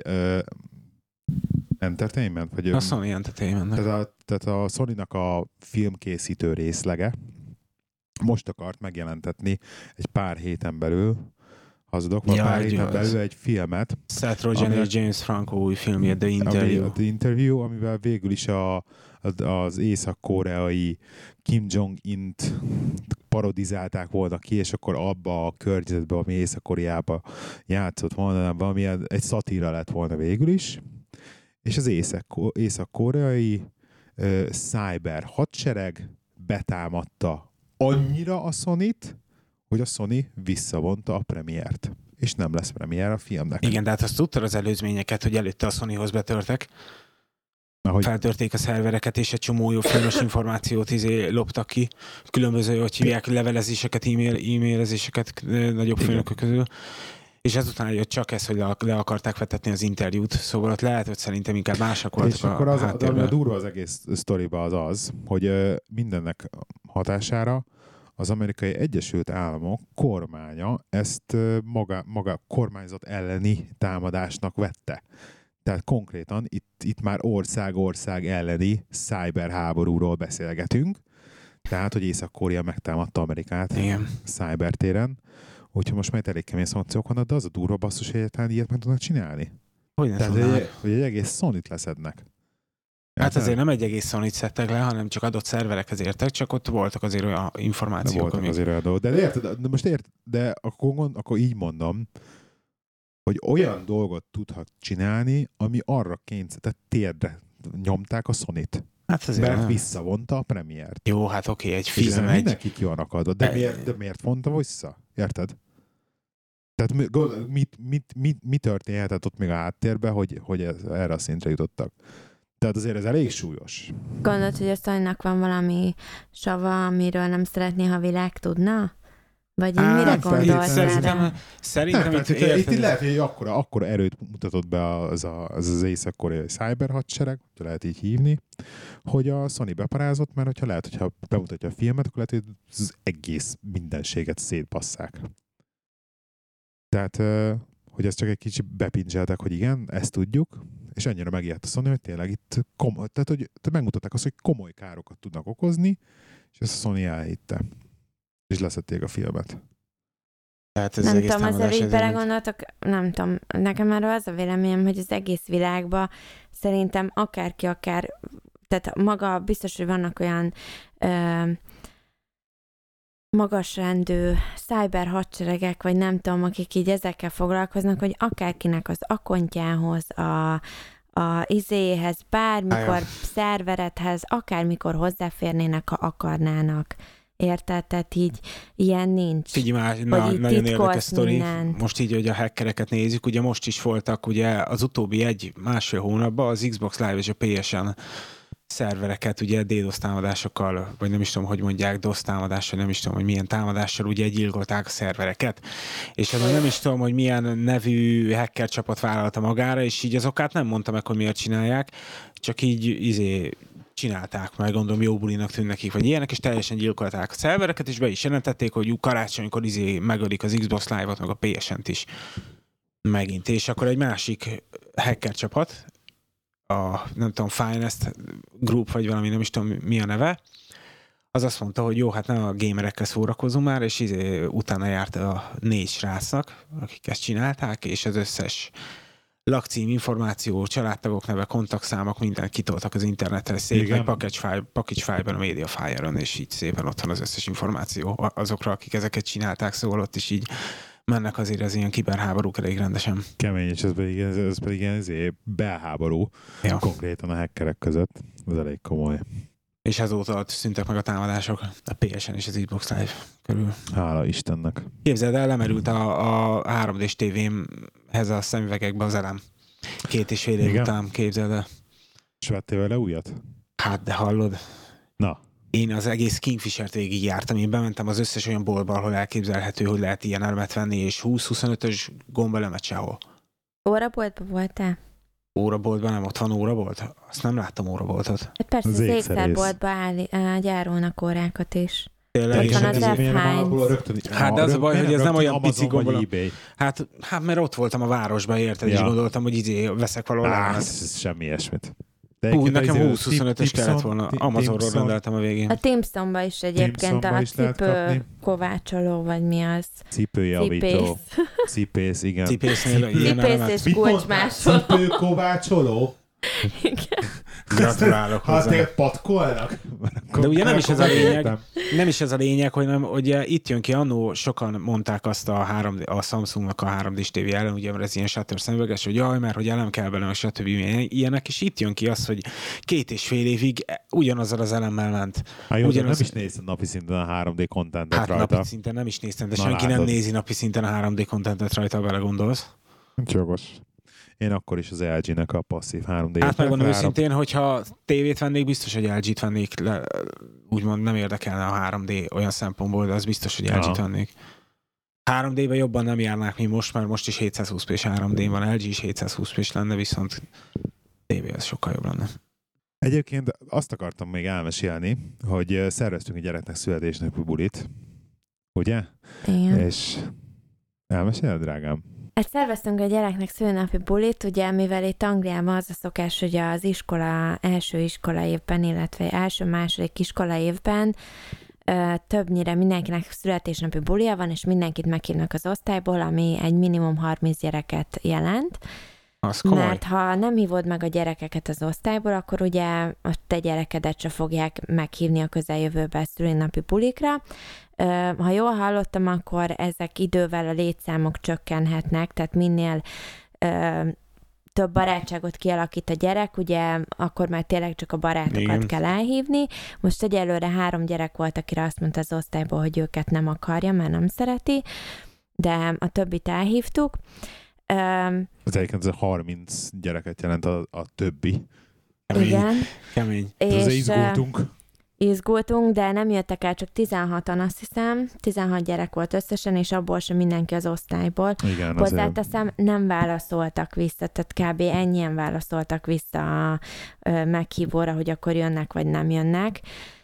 Entertainment? Vagy a Sony Entertainment. Tehát a Sony-nak a filmkészítő részlege most akart megjelentetni egy pár héten belül, pár héten belül egy filmet. Seth Rogen és James Franco új filmje, The Interview. The Interview, amivel végül is az észak-koreai Kim Jong-int parodizálták volna ki, és akkor abba a környezetben, ami Észak-Koreába játszott volna, valami egy szatíra lett volna végül is. És az észak-koreai cyber hadsereg betámadta annyira a Sony-t, hogy a Sony visszavonta a premiért. És nem lesz premier a filmnek. Igen, de hát azt tudtad az előzményeket, hogy előtte a Sonyhoz betörtek. Feltörték a szervereket, és egy csomó jó filmes információt loptak ki. Különböző, hogy hívják, levelezéseket, e-mailezéseket nagyobb főnökök közül. És ezután jött csak ez, hogy le akarták vetetni az interjút, szóval ott lehet, hogy szerintem inkább mások voltak. És akkor ami a durva az egész sztoriba az, hogy mindennek hatására az Amerikai Egyesült Államok kormánya ezt maga kormányzat elleni támadásnak vette. Tehát konkrétan itt már ország elleni cyberháborúról beszélgetünk. Tehát, hogy Észak-Korea megtámadta Amerikát cybertéren. Úgyhogy most már elég kemény szankciók vannak, de az a durva basszus, hogy egyáltalán ilyet meg tudnak csinálni. Hogy egy egész Sony-t leszednek. Hát azért nem egy egész Sony-t szedtek le, hanem csak adott szerverekhez értek, csak ott voltak azért olyan információk. Voltak azért olyan dolgok. De akkor így mondom, hogy olyan dolgot tudhat csinálni, ami arra tehát térdre nyomták a Sony-t. Hát azért mert visszavonta a premiért. Jó, hát oké, egy film mindenki ki van akadva. De miért vonta vissza? Érted? Tehát mi történhetett ott még a háttérben, hogy erre a szintre jutottak? Tehát azért ez elég súlyos. Gondolod, hogy a Sony-nak van valami sava, amiről nem szeretné, ha a világ tudna? Vagy mire gondolsz erre? Szerintem itt lehet, hogy akkora erőt mutatott be az észak-koreai cyber hadsereg, lehet így hívni, hogy a Sony beparázott, mert hogyha bemutatja a filmet, akkor lehet, hogy az egész mindenséget szétbasszák. Tehát, hogy ezt csak egy kicsit bepincsálták, hogy igen, ezt tudjuk, és ennyire megijedt a Sony, hogy tényleg itt tehát, hogy megmutatták azt, hogy komoly károkat tudnak okozni, és ezt a Sony elhitte. És leszették a filmet. Tehát ez nem tudom, azért így belegondoltok, nem tudom, nekem már az a véleményem, hogy az egész világban szerintem tehát maga biztos, hogy vannak olyan magasrendű cyber hadseregek, vagy nem tudom, akik így ezekkel foglalkoznak, hogy akárkinek az akontjához, a izéhez, bármikor szerverethez, akármikor hozzáférnének, ha akarnának. Érted? Tehát így ilyen nincs. Figyelj már, nagyon érdekes sztori. Most így, hogy a hackereket nézzük, ugye most is voltak ugye az utóbbi másfél hónapban az Xbox Live és a PSN szervereket ugye DDoS támadásokkal, vagy nem is tudom, hogy mondják, DOS támadással, nem is tudom, hogy milyen támadással ugye gyilkolták a szervereket. És azon nem is tudom, hogy milyen nevű hacker csapat vállalta magára, és így az okát nem mondta meg, hogy miért csinálják, csak így csinálták, meg gondolom jó bulinak tűn nekik, vagy ilyenek, és teljesen gyilkolták a szervereket, és be is jelentették, hogy karácsonykor megölik az Xbox Live-ot, meg a PSN-t is megint. És akkor egy másik hacker csapat, nem tudom, Finest Group, vagy valami, nem is tudom, mi a neve, az azt mondta, hogy jó, hát nem a gamerekkel szórakozunk már, és utána járt a 4 srácnak, akik ezt csinálták, és az összes lakcím, információ, családtagok neve, kontaktszámok, mindent kitoltak az internetre, szépen package file-ben, a Mediafire-on, és így szépen ott van az összes információ azokra, akik ezeket csinálták, szóval ott is így mennek azért az ilyen kiberháborúk elég rendesen. Kemény, és ez pedig ilyen belháború konkrétan a hackerek között. Ez elég komoly. És azóta szűntek meg a támadások a PSN és az Xbox Live körül. Hála Istennek. Képzeld el, lemerült a 3D-s tévémhez a szemüvegekbe az elem. 2,5 év után, képzeld el. És vettél vele újat? Hát, de hallod? Na. Én az egész Kingfishert végig jártam. Én bementem az összes olyan boltba, ahol elképzelhető, hogy lehet ilyen elemet venni, és 20-25-ös gombelemet sehol. Óraboltban voltál? Óraboltban nem, ott van órabolt? Azt nem láttam óraboltot. Hát persze, az ékszerboltban gyárolnak órákat is. Tényleg, ott van az F-Heinz. Hát de az a baj, hogy ez nem olyan pici gombola. Hát mert ott voltam a városban, érted, és gondoltam, hogy veszek valahol ez semmi ilyesmit. Nekem 20-25-ös kellett volna. Amazonról rendeltem a végén. A Teamstonban is egyébként a cipő kovácsoló, vagy mi az? Cipőjavító. Cipész, igen. Cipésznél ilyen Cipész és kulcsmásol. Cipő kovácsoló? Igen. Gratulálok hozzá. Ha téged patkolnak? De ugye nem is ez a lényeg. Nem is ez a lényeg, hogy itt jön ki, annó sokan mondták azt a Samsungnak a 3D-s tévé ellen, ugye, mert ez ilyen shutter szemüveges, hogy jaj, mert hogy elem kell belőle, stb. Ilyenek, és itt jön ki az, hogy 2,5 évig ugyanazzal az elemmel ment. Jó, nem is néztem napi szinten a 3D contentet rajta. Hát napi szinten nem is néztem, de senki nem nézi napi szinten a 3D contentet rajta, ha belegondolsz. Jogos. Én akkor is az LG-nek a passzív 3D-t. Hát megmondom őszintén, hogyha tévét vennék, biztos, hogy LG-t vennék le, úgymond nem érdekelne a 3D olyan szempontból, de az biztos, hogy LG-t vennék. 3D-ben jobban nem járnák, mint most, mert most is 720p-s 3D van, LG is 720p-s lenne, viszont tévé az sokkal jobb lenne. Egyébként azt akartam még elmesélni, hogy szerveztünk a gyereknek születésnapi bulit, ugye? Igen. És elmeséled, drágám? Hát szerveztünk a gyereknek szülinapi bulit, ugye, mivel itt Angliában az a szokás, hogy az első iskola évben, illetve első-második iskola évben többnyire mindenkinek születésnapi bulia van, és mindenkit meghívnak az osztályból, ami egy minimum 30 gyereket jelent. Mert ha nem hívod meg a gyerekeket az osztályból, akkor ugye a te gyerekedet se fogják meghívni a közeljövőben szülinapi bulikra. Ha jól hallottam, akkor ezek idővel a létszámok csökkenhetnek, tehát minél több barátságot kialakít a gyerek, ugye akkor már tényleg csak a barátokat kell elhívni. Most egyelőre 3 gyerek volt, akire azt mondta az osztályból, hogy őket nem akarja, mert nem szereti, de a többit elhívtuk. Az egyébként ez 30 gyereket jelent a többi. Kemény. És izgultunk, de nem jöttek el, csak 16-an, azt hiszem. 16 gyerek volt összesen, és abból sem mindenki az osztályból. Igen, hozzáteszem, nem válaszoltak vissza, tehát kb. Ennyien válaszoltak vissza a meghívóra, hogy akkor jönnek, vagy nem jönnek.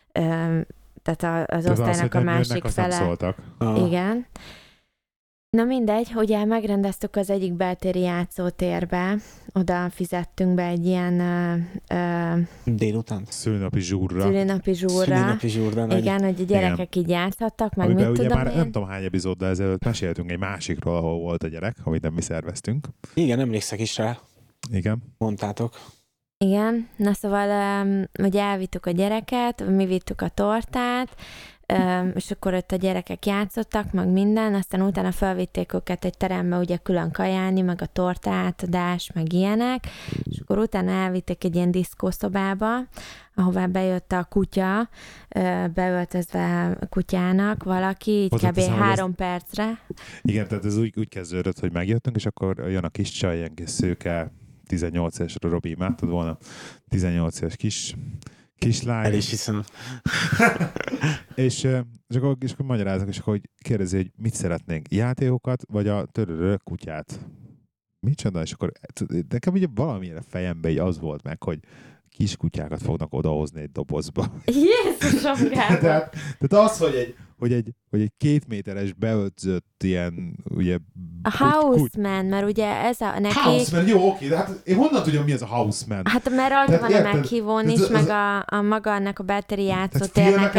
Tehát az osztálynak a másik fele. Igen. Na mindegy, ugye megrendeztük az egyik beltéri játszótérbe, oda fizettünk be egy ilyen délután? Szülinapi zsúrra. Igen, hogy a gyerekek így játszhattak, meg mit tudom már nem tudom hány epizóddal ezelőtt meséltünk egy másikról, ahol volt a gyerek, amit nem mi szerveztünk. Igen, emlékszek is rá. Igen. Mondtátok. Igen, na szóval ugye elvittük a gyereket, mi vittük a tortát, és akkor ott a gyerekek játszottak, meg minden, aztán utána felvitték őket egy terembe ugye külön kajálni, meg a torta átadás, meg ilyenek, és akkor utána elvitték egy ilyen diszkószobába, ahová bejött a kutya, beöltözve a kutyának valaki, így kb. 3 percre. Igen, tehát ez úgy kezdődött, hogy megjöttünk, és akkor jön a kis csaj, ilyen kis szőke, 18 éves, Robi, imádtad volna, 18 éves kislány. El is hiszem. és akkor magyarázok, és akkor kérdezi, hogy mit szeretnénk, játékokat, vagy a kutyát. Micsoda? És akkor nekem ugye valamilyen fejemben így az volt meg, hogy kis kutyákat fognak odahozni egy dobozba. Jézusom, Gábor! Tehát az, hogy egy 2 méteres beöltözött ilyen, ugye... A houseman, mert ugye ez a neki... Houseman, jó, oké, de hát én honnan tudjam, mi az a houseman? Hát mert rajta van a meghívón is, meg a maga annak a battery játszótérnek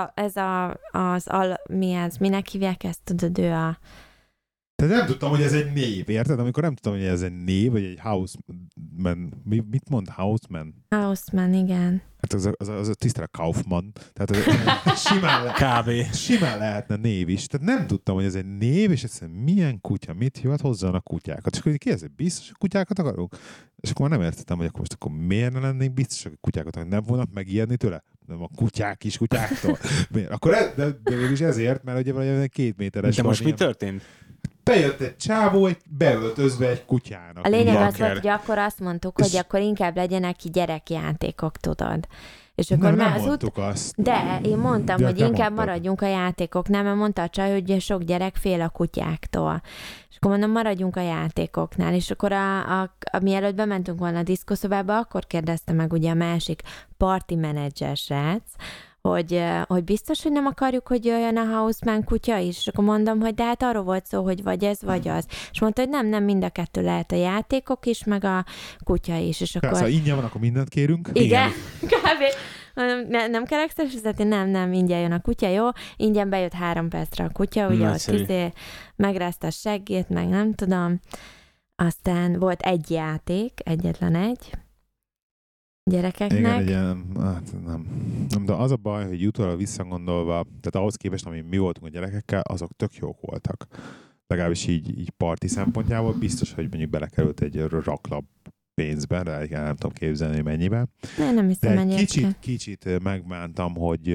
minek hívják ezt, tudod, ő a... Tehát nem tudtam, hogy ez egy név, érted? Amikor nem tudtam, hogy ez egy név, vagy egy houseman. Mit mond houseman? Houseman, igen. Hát az a tisztele Kaufmann. Tehát simán lehetne név is. Tehát nem tudtam, hogy ez egy név, és egyszerűen milyen kutya, mit hivat hozzanak kutyákat. És akkor kérdezi, biztos, hogy kutyákat akarunk? És akkor már nem értettem, hogy akkor miért ne lennénk biztos, hogy kutyákat akarunk? Nem volna megijedni tőle? Nem a kutyák, kis kutyáktól. Miért? Akkor de mégis ezért, mert ugye valami 2 méteres. De most mi történt? Bejött egy csávó, beöltözve egy kutyának. A lényeg az volt, hogy akkor azt mondtuk, hogy akkor inkább legyenek ki gyerekjátékok, tudod. És akkor nem mondtuk azt. De én mondtam, hogy inkább maradjunk a játékoknál, mert mondta a csaj, hogy sok gyerek fél a kutyáktól. És akkor mondom, maradjunk a játékoknál. És akkor mielőtt bementünk volna a diszkoszobába, akkor kérdezte meg ugye a másik party menedzser srác, hogy biztos, hogy nem akarjuk, hogy jöjjön a houseman kutya is, és akkor mondom, hogy de hát arról volt szó, hogy vagy ez, vagy az. És mondta, hogy nem, mind a kettő lehet, a játékok is, meg a kutya is. És akkor... Szóval ingyen van, akkor mindent kérünk. Igen, kb. Nem kell extra fizetni? Nem, ingyen jön a kutya, jó? Ingyen bejött 3 percre a kutya, ugye ott megrázta a seggét, meg nem tudom. Aztán volt egy játék, egyetlen egy, gyerekeknek. Igen, nem. De az a baj, hogy utólag visszagondolva, tehát ahhoz képest, ami mi voltunk a gyerekekkel, azok tök jók voltak. Legalábbis így parti szempontjából biztos, hogy mondjuk belekerült egy raklap pénzbe, de nem tudom képzelni, hogy mennyibe. Nem hiszem, de kicsit megbántam, hogy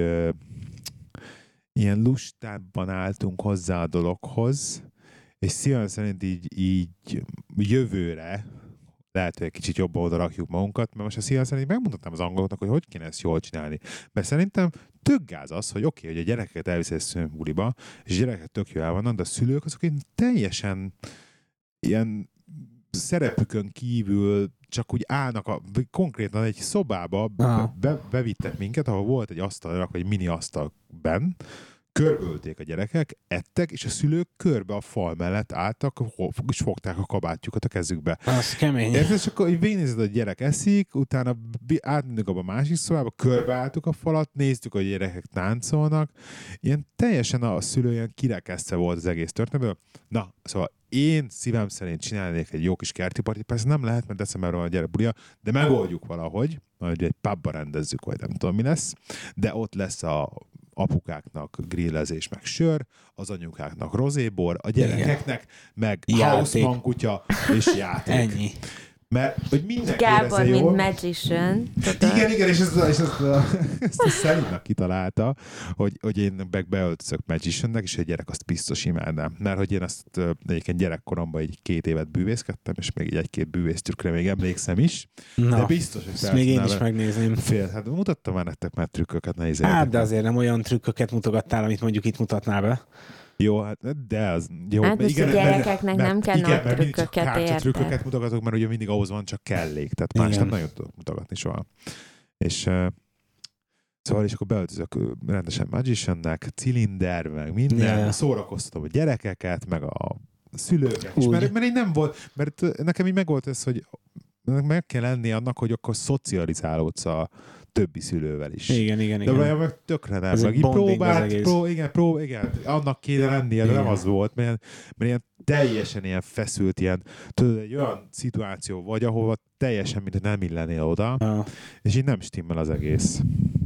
ilyen lustában álltunk hozzá a dologhoz, és szívem szerint így jövőre lehet, hogy egy kicsit jobban oda rakjuk magunkat, mert most a szívem szerint megmutatnám az angoloknak, hogy kéne ezt jól csinálni. Mert szerintem tök gáz az, hogy oké, hogy a gyerekeket elviszed szülőbuliba, és a gyerekek tök jól el vannak, de a szülők azok teljesen ilyen szerepükön kívül csak úgy állnak, konkrétan egy szobába bevittek minket, ahol volt egy asztal, vagy egy mini asztal benn, körbeölték a gyerekek, ettek, és a szülők körbe a fal mellett álltak, és fogták a kabátjukat a kezükbe. Az kemény. Érted? És akkor végignézed, a gyerek eszik, utána átmentünk abba a másik szobába, körbeálltuk a falat, néztük, hogy a gyerekek táncolnak. Ilyen teljesen a szülő ilyen kirekesztve volt az egész történetből. Na, szóval én szívem szerint csinálnék egy jó kis kerti partit, persze nem lehet, mert decemberben van a gyerekbulia, de megoldjuk valahogy, hogy egy pubba rendezzük, vagy nem tudom mi lesz, de ott lesz a apukáknak grillezés, meg sör, az anyukáknak rozébor, a gyerekeknek meg houseman kutya és játék. Ennyi. Mert, hogy mindenki Gábor, mint jól. Magician. Igen, és ezt a Szelinnak kitalálta, hogy én beöltözök Magiciannek, és egy gyerek azt biztos imádnám. Mert hogy én azt egyébként gyerekkoromban egy 2 évet bűvészkedtem, és még egy 1-2 bűvésztrükkre még emlékszem is. Na, de biztos, hogy ezt még én is megnézném. Hát mutattam már nektek már trükköket, ne Hát, de azért nem olyan trükköket mutogattál, amit mondjuk itt mutatnál be. Jó, hát de az... Jó, hát most igen, a gyerekeknek nem kell nagy trükköket érte. Trükköket mutogatok, mert ugye mindig ahhoz van csak kellék, tehát más nem nagyon tudok mutogatni soha. És szóval is akkor beöltözök rendesen Magiciannek, cilinder, meg minden, szórakoztatom a gyerekeket, meg a szülőket is, mert így nem volt, mert nekem így megvolt ez, hogy meg kell lenni annak, hogy akkor szocializálódsz a többi szülővel is. Igen. De olyan meg tökre nem. Meg így próbált, annak kéne lennie, de nem az volt, mert ilyen teljesen ilyen feszült, ilyen, tudod, egy olyan szituáció vagy, ahova teljesen, mint nem illenél oda, és így nem stimmel az egész.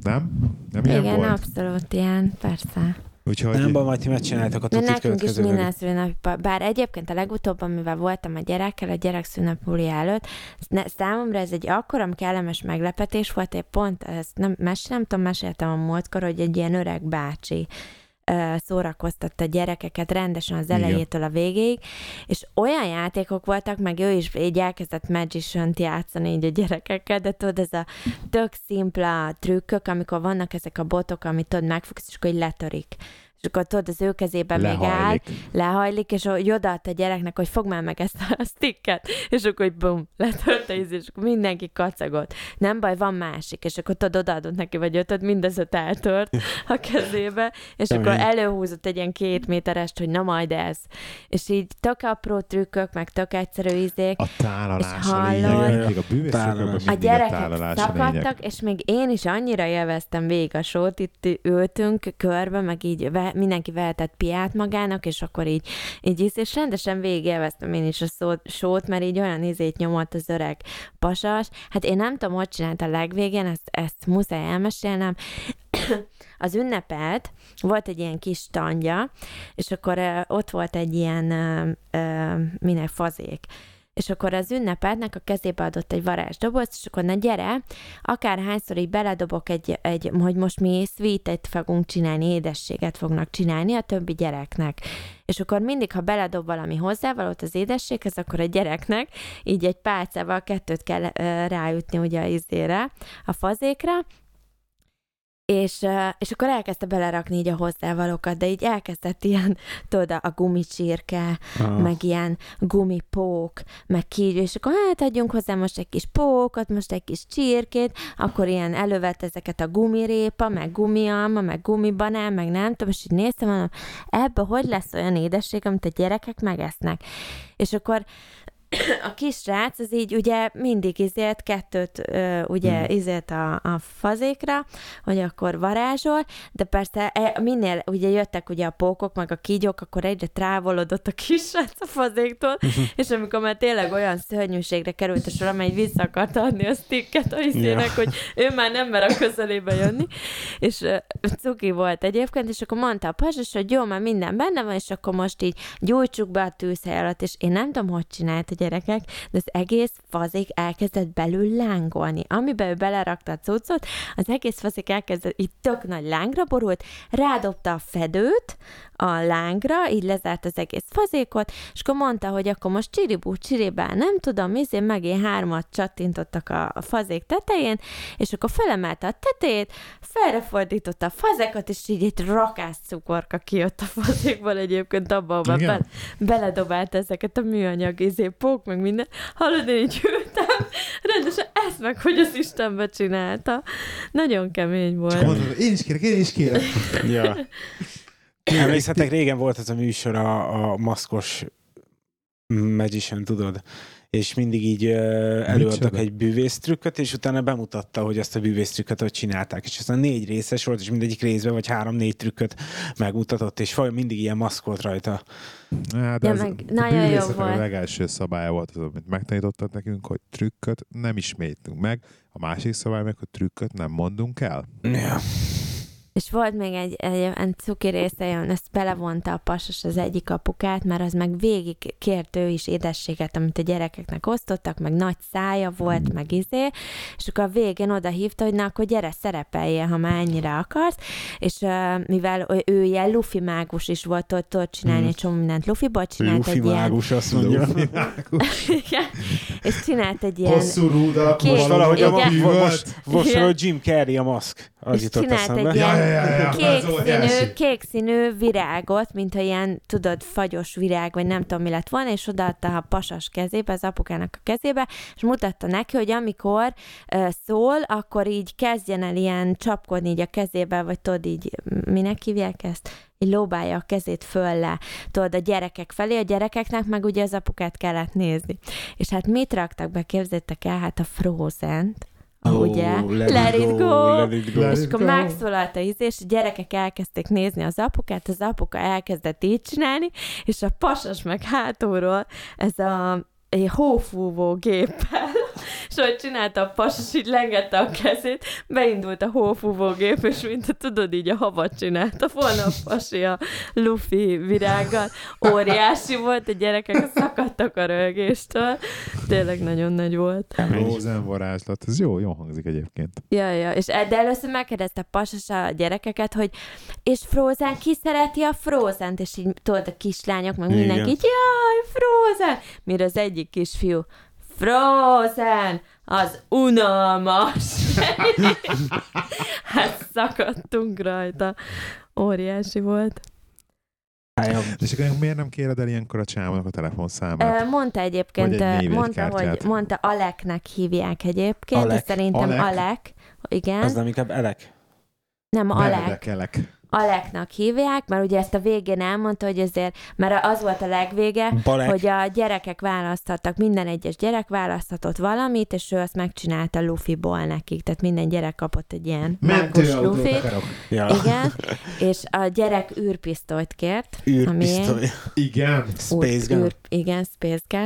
Nem? Nem igen, ilyen volt? abszolút ilyen, persze. Úgyhogy... Nem baj, majd ti megcsináltak a tutit következőleg. Nekünk is minden szülinapi, bár egyébként a legutóbb, amivel voltam a gyerekkel, a gyerek szülinapi előtt, számomra ez egy akkoram kellemes meglepetés volt, én pont ezt nem tudom, meséltem a múltkor, hogy egy ilyen öreg bácsi szórakoztatta a gyerekeket rendesen az elejétől a végéig, és olyan játékok voltak, meg ő is így elkezdett Magician-t játszani így a gyerekekkel, de tudod, ez a tök szimpla trükkök, amikor vannak ezek a botok, amit tudod, megfogsz, és akkor így letörik. És akkor tudod, az ő kezében még áll, lehajlik, és odaadta a gyereknek, hogy fogd már meg ezt a sticket, és akkor hogy bum, letörte, és akkor mindenki kacagott. Nem baj, van másik, és akkor tudod, odaadott neki, vagy ötöt, mindez öt eltört a kezébe, és akkor előhúzott egy ilyen 2 méterest, hogy na majd ez. És így tök apró trükkök, meg tök egyszerű ízék. A tálalás a lényeg, a bűvészekben a gyerekek szakadtak, és még én is annyira élveztem végig a sót, itt ültünk körbe, meg így mindenki vehetett piát magának, és akkor így és rendesen végigélveztem én is a sót, mert így olyan ízét nyomott az öreg pasas. Hát én nem tudom, hogy csinált a legvégén, ezt muszáj elmesélnem. Az ünnepelt, volt egy ilyen kis tandja, és akkor ott volt egy ilyen minek fazék. És akkor az ünnepeltnek a kezébe adott egy varázsdobozt, és akkor na gyere, akárhányszor így beledobok hogy most mi sweetet fogunk csinálni, édességet fognak csinálni a többi gyereknek. És akkor mindig, ha beledob valami hozzávalót az édességhez, akkor a gyereknek így egy pálcával 2 kell ráütni ugye a fazékra, és akkor elkezdte belerakni így a hozzávalókat, de így elkezdett ilyen, tudod, a gumicsirke, meg ilyen gumipók, meg kígyó, és akkor hát adjunk hozzá most egy kis pókot, most egy kis csirkét, akkor ilyen elővett ezeket a gumirépa, meg gumialma, meg gumibanán, meg nem tudom, és így néztem, mondom, ebből hogy lesz olyan édesség, amit a gyerekek megesznek. És akkor a kisrác az így ugye mindig izélt 2 ugye izélt a fazékra, hogy akkor varázsol, de persze minél ugye jöttek ugye a pókok, meg a kígyók, akkor egyre távolodott a kisrác a fazéktól, és amikor már tényleg olyan szörnyűségre került a sor, amely vissza akart adni a sticket a izének, hogy ő már nem mer a közelébe jönni, és cuki volt egyébként, és akkor mondta a pasas, hogy jó, már minden benne van, és akkor most így gyújtsuk be a tűzhely alatt, és én nem tudom, hogy csinált a gyerekek, de az egész fazék elkezdett belül lángolni. Amiben ő belerakta a cuccot, az egész fazék elkezdett, így tök nagy lángra borult, rádobta a fedőt a lángra, így lezárt az egész fazékot, és akkor mondta, hogy akkor most csiribú, csiribá, nem tudom, megint 3 csattintottak a fazék tetején, és akkor felemelte a tetejét, felrefordította a fazékot, és így egy rakás cukorka kijött a fazékból egyébként abban, beledobált ezeket a műanyag pók, meg minden. Hallod, én így ültem, rendesen ezt meg, hogy az Istenbe csinálta. Nagyon kemény volt. Csak mondod, én is kérek. Ja. Emlékszetek, régen volt ez a műsor, a maszkos Magician, tudod? És mindig így előadtak egy bűvésztrükköt, és utána bemutatta, hogy ezt a bűvésztrükköt hogy csinálták. És aztán 4 részes volt, és mindegyik részben, vagy 3-4 trükköt megmutatott, és mindig ilyen maszk volt rajta. Ja, de nagyon jó volt. A legelső szabálya volt az, amit megtanítottak nekünk, hogy trükköt nem ismétlünk meg. A másik szabály meg, hogy trükköt nem mondunk el. Ja. És volt még egy cuki része, ezt belevonta a pasas az egyik apukát, mert az meg végig kért ő is édességet, amit a gyerekeknek osztottak, meg nagy szája volt, meg és akkor a végén oda hívta, hogy na, akkor gyere, szerepeljél, ha már ennyire akarsz, és mivel ő ilyen lufi mágus is volt, tudod csinálni egy csomó mindent lufiból, csinált lufi egy mágus, ilyen... azt mondja. Igen, és csinált egy ilyen... Hosszú rúda, most valahogy most Jim Carrey a maszk. Az jutott eszembe. Kék színű virágot, mintha ilyen, tudod, fagyos virág, vagy nem tudom, mi lett volna, és odaadta a pasas kezébe, az apukának a kezébe, és mutatta neki, hogy amikor szól, akkor így kezdjen el ilyen csapkodni így a kezébe, vagy tudod, így, minek hívják ezt? Így lóbálja a kezét föl le, tudod, a gyerekek felé, a gyerekeknek meg ugye az apukát kellett nézni. És hát mit raktak be, képzeljétek el, hát a Frozen-t, ugye? Let it go! És akkor megszólalt a és a gyerekek elkezdték nézni az apukát, az apuka elkezdett így csinálni, és a pasas meg hátulról ez a hófúvó géppel, és ahogy csinálta a pasas, így lengette a kezét, beindult a hófúvógép, és mint tudod, így a havat csinálta volna a pasi a lufi virággal. Óriási volt, a gyerekek szakadtak a röhögéstől. Tényleg nagyon nagy volt. Frozen varázslat, ez jó hangzik egyébként. Ja, és de először megkérdezte a pasas a gyerekeket, hogy és Frozen, ki szereti a Frozent? És így tudod, a kislányok, meg mindenki így, jaj, Frozen! Mire az egyik kisfiú, Frozen, az unalmas. Hát szakadtunk rajta. Óriási volt. És akkor miért nem kéred el ilyenkor a csámnak a telefonszámát? Mondta egyébként, mondta Aleknek hívják egyébként, és szerintem Alek. Igen. Az nem inkább Elek? Nem, Alek. Aleknak hívják, mert ugye ezt a végén elmondta, hogy ezért, mert az volt a legvége, Balek. Hogy a gyerekek választhattak, minden egyes gyerek választhatott valamit, és ő azt megcsinálta Luffyból nekik, tehát minden gyerek kapott egy ilyen mágus Luffy. Ja. Igen, és a gyerek űrpisztolyt kért. Űrpisztoly. Igen. Space Gun. Igen, Space Gun.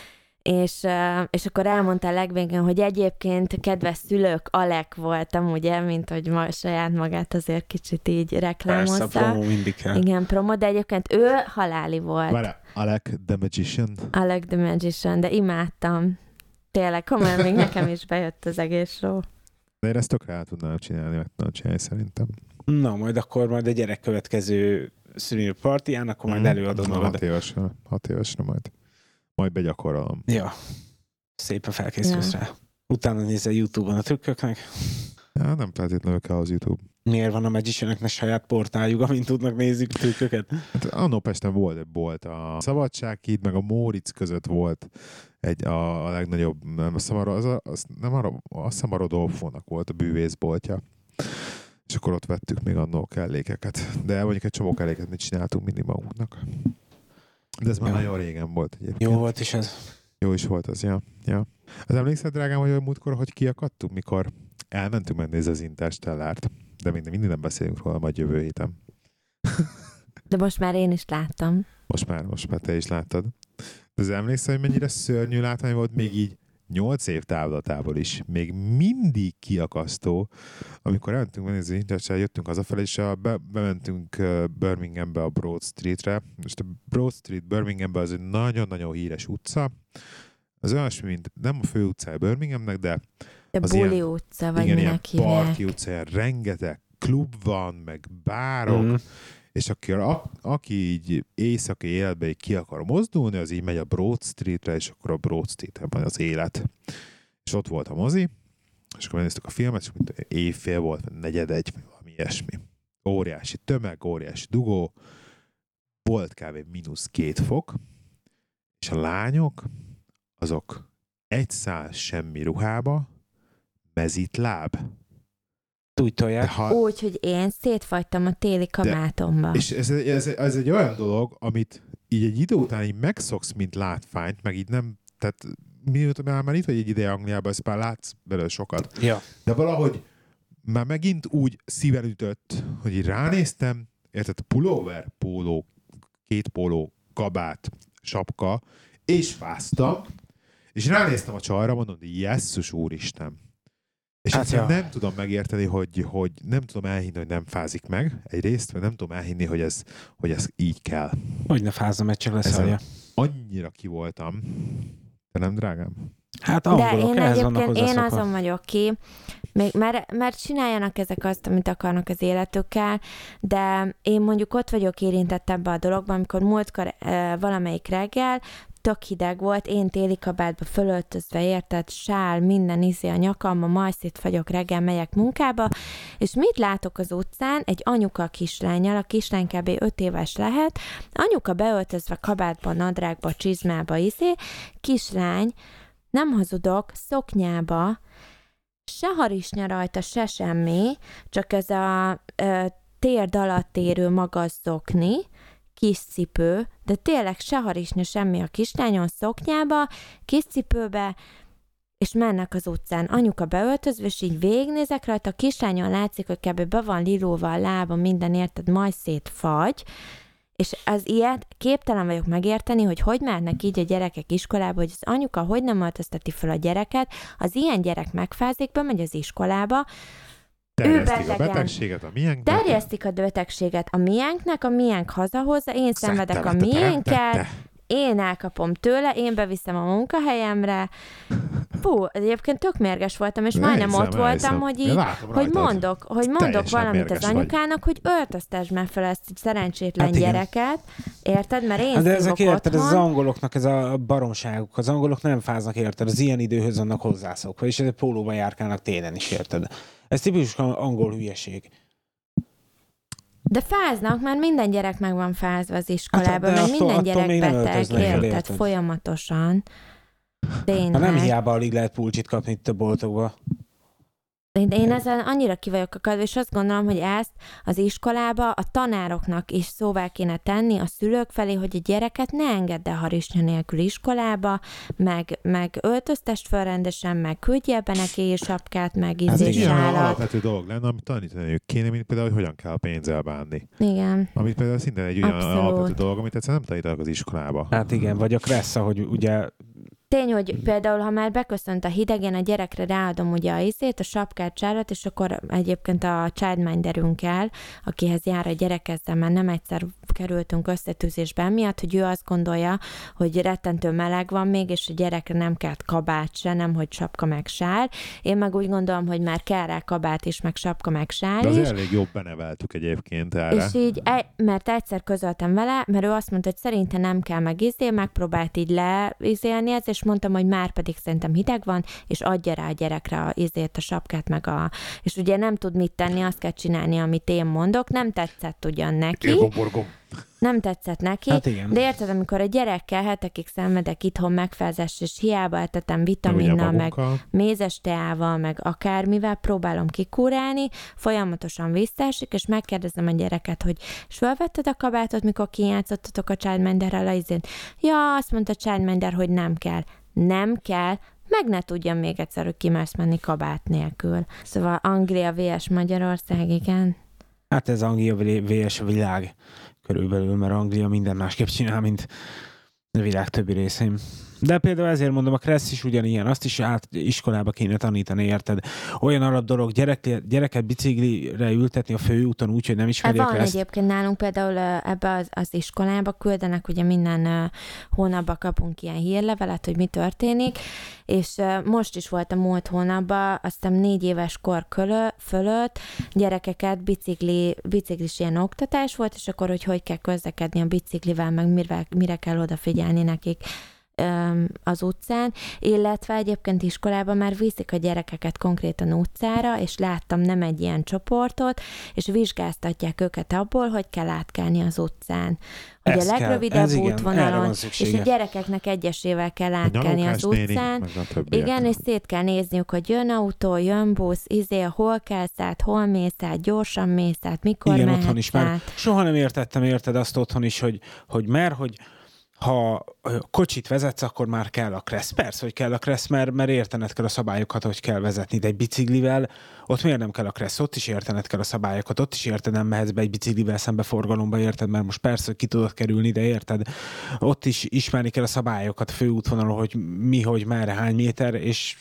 És akkor elmondta a legvégén, hogy egyébként kedves szülők, Alek voltam, ugye, mint hogy saját magát azért kicsit így reklámozta. Persze, a promo mindig kell. Igen, promo, de egyébként ő haláli volt. Várj, Alek the Magician. Alek the Magician, de imádtam. Tényleg, komolyan még nekem is bejött az egész show. De én ezt tökre el tudnám csinálni, meg tudnám csinálni szerintem. Na, akkor a gyerek következő szülőpartián, akkor majd előadod magad. 6 évesre majd begyakorolom. Ja, szépen felkészülsz rá. Utána nézel YouTube-on a trükköknek. Ja, nem feltétlenül kell az YouTube. Miért van a Magicianöknek saját portáljuk, amint tudnak nézni trükköket? Hát annó Pesten volt egy bolt. A Szabadsághíd meg a Móricz között volt a legnagyobb, azt hiszem a Rodolfónak volt a bűvészboltja. És akkor ott vettük még annó kellékeket. De mondjuk egy csomó kelléket mit csináltunk mindig magunknak. De ez már nagyon régen volt egyébként. Jó volt is ez. Jó is volt az, ja. Az emlékszel, drágám, hogy múltkor, hogy kiakadtunk, mikor elmentünk megnézni az Interstellárt, de mindig nem beszélünk róla, majd jövő héten. De most már én is láttam. Most már te is láttad. De az emlékszel, hogy mennyire szörnyű látvány volt még így 8 év távlatából is. Még mindig kiakasztó. Amikor elmentünk megnézni az Interstellárt, jöttünk hazafelé, és bementünk Birminghambe a Broad Streetre. Most a Broad Street Birminghambe az egy nagyon-nagyon híres utca. Az olyasmi, mint nem a fő utcája Birminghamnek, de az Bully utca, vagy minek hívják. Parti utca, rengeteg klub van, meg bárok, és aki így éjszaki életben így ki akar mozdulni, az így megy a Broad Streetre, és akkor a Broad Street-en van az élet. És ott volt a mozi, és akkor megnéztük a filmet, és mint éjfél volt, 4:45, valami ilyesmi. Óriási tömeg, óriási dugó, volt kb. -2 fok, és a lányok, azok egy szál semmi ruhába, mezitláb. Úgy tolják. Úgy, hogy én szétfagytam a téli kabátomba. És ez egy olyan dolog, amit így egy idő után így megszoksz, mint látványt, meg így nem, tehát miután már itt vagy egy ideje Angliában, ezt már látsz belőle sokat. Ja. De valahogy már megint úgy szíven ütött, hogy így ránéztem, érted, a pulóver, póló, 2 póló, kabát, sapka, és fáztam, és ránéztem a csajra, mondom, hogy jesszus úristen. És hát nem tudom megérteni, hogy nem tudom elhinni, hogy nem fázik meg egyrészt, vagy nem tudom elhinni, hogy ez így kell. Hogy ne fázom, mert csak leszállja. Annyira ki voltam. Te nem, drágám? Hát de én egyébként azon vagyok ki, még, mert csináljanak ezek azt, amit akarnak az életükkel, de én mondjuk ott vagyok érintett ebbe a dologban, amikor múltkor valamelyik reggel tök hideg volt, én téli kabátba fölöltözve, érted, sál, minden a nyakamba, majd szétfagyok reggel, megyek munkába, és mit látok az utcán? Egy anyuka kislánnyal, a kislány kb. 5 éves lehet, anyuka beöltözve kabátba, nadrágba, csizmába, kislány, nem hazudok, szoknyába, se harisnya rajta, se semmi, csak ez a térd alatt érő magas zokni, kis cipő, de tényleg se harisnya, semmi a kislányon, szoknyába, kis cipőbe, és mennek az utcán. Anyuka beöltözve, és így végignézek rajta, a kislányon látszik, hogy kb. Be van lilóva a lába, minden, érted, majd szétfagy, És az ilyet képtelen vagyok megérteni, hogy mehetnek így a gyerekek iskolába, hogy az anyuka hogy nem öltözteti fel a gyereket, az ilyen gyerek megfázik, bemegy az iskolába, terjesztik a betegséget a miénknek. Terjesztik a betegséget a miénknek, a miénk hazahozza, én szenvedek a miénket, én elkapom tőle, én beviszem a munkahelyemre. Fú, egyébként tök mérges voltam, és majdnem ott voltam, hogy így, hogy mondok valamit az anyukának, hogy öltöztesd már fel ezt szerencsétlen gyereket. Érted? Mert én de ezek érted, ez az angoloknak ez a baromságuk. Az angolok nem fáznak, érted? Az ilyen időhöz vannak hozzászokva, és ezek pólóban járkálnak télen is, érted? Ez tipikus angol hülyeség. De fáznak, mert minden gyerek meg van fázva az iskolában, mert minden gyerek beteg, érted? Folyamatosan. Tényleg. Nem hiába alig lehet pulcsit kapni itt a boltokba. Én ezen annyira ki vagyok akadva, és azt gondolom, hogy ezt az iskolába a tanároknak is szóvá kéne tenni a szülők felé, hogy a gyereket ne engedd el harisnya nélkül iskolába, meg öltöztest fel rendesen, meg küldje be neki sapkát, meg sálat. Ez ilyen alapvető dolog lenne, amit tanítani kéne, mint például, hogy hogyan kell a pénzzel bánni. Igen. Amit például szintén egy olyan alapvető dolog, amit egyszerűen nem tanítanak az iskolába. Hát igen, vagy a kressz, hogy ugye... Tény, hogy például, ha már beköszönt a hideg, én a gyerekre ráadom ugye a sapkát, sárat, és akkor egyébként a childminderünkkel, akihez jár a gyerek, ezzel már nem egyszer kerültünk összetűzésbe miatt, hogy ő azt gondolja, hogy rettentő meleg van még, és a gyerekre nem kell kabát se, nem hogy sapka meg sál. Én meg úgy gondolom, hogy már kell rá kabát is, meg sapka meg sál is. De azért elég jobb beneveltük egyébként erre. És így, mert egyszer közöltem vele, mert ő azt mondta, hogy szerintem nem kell megpróbált így leizélni ez, és mondtam, hogy már pedig szerintem hideg van, és adja rá a gyerekre a sapkát, és ugye nem tud mit tenni, azt kell csinálni, amit én mondok, nem tetszett ugyan neki. Nem tetszett neki, hát de érted, amikor a gyerekkel hetekig szenvedek itthon megfázás, és hiába etetem vitaminnal, meg mézes teával, meg akármivel, próbálom kikúrálni, folyamatosan visszaesik, és megkérdezem a gyereket, hogy és felvetted a kabátot, mikor kijátszottatok a Childminderrel Ja, azt mondta a Childminder, hogy nem kell. Nem kell, meg ne tudjam még egyszer, hogy kimersz menni kabát nélkül. Szóval Anglia vs. Magyarország, igen. Hát ez Anglia vs. világ körülbelül, mert Anglia minden másképp csinál, mint a világ többi részén. De például ezért mondom, a kressz is ugyanilyen, azt is iskolába kéne tanítani, érted? Olyan alap dolog, gyereket biciklire ültetni a főúton úgy, hogy nem ismeri a kreszt. Egyébként nálunk például ebbe az iskolába küldenek, ugye minden hónapban kapunk ilyen hírlevelet, hogy mi történik, és most is volt a múlt hónapban, aztán 4 éves kor fölött gyerekeket biciklis ilyen oktatás volt, és akkor, hogy kell közlekedni a biciklivel, meg mire kell odafigyelni nekik az utcán, illetve egyébként iskolában már viszik a gyerekeket konkrétan utcára, és láttam nem egy ilyen csoportot, és vizsgáztatják őket abból, hogy kell átkelni az utcán. Hogy a legrövidebb útvonalon, és a gyerekeknek egyesével kell átkelni az utcán. Igen, és szét kell nézniük, hogy jön autó, jön busz, hol kelsz át, hol mész át, gyorsan mész át, mikor igen, mehetsz otthon is át. Már soha nem érted azt otthon is, hogy ha kocsit vezetsz, akkor már kell a kressz. Persze, hogy kell a kressz, mert értened kell a szabályokat, hogy kell vezetni, de egy biciklivel ott miért nem kell a kressz? Ott is értened kell a szabályokat, ott is érted, nem mehetsz be egy biciklivel szembe forgalomba, érted, mert most persze, hogy ki tudod kerülni, de érted, ott is ismerni kell a szabályokat a főútvonalon, hogy mi, hogy merre, hány méter, és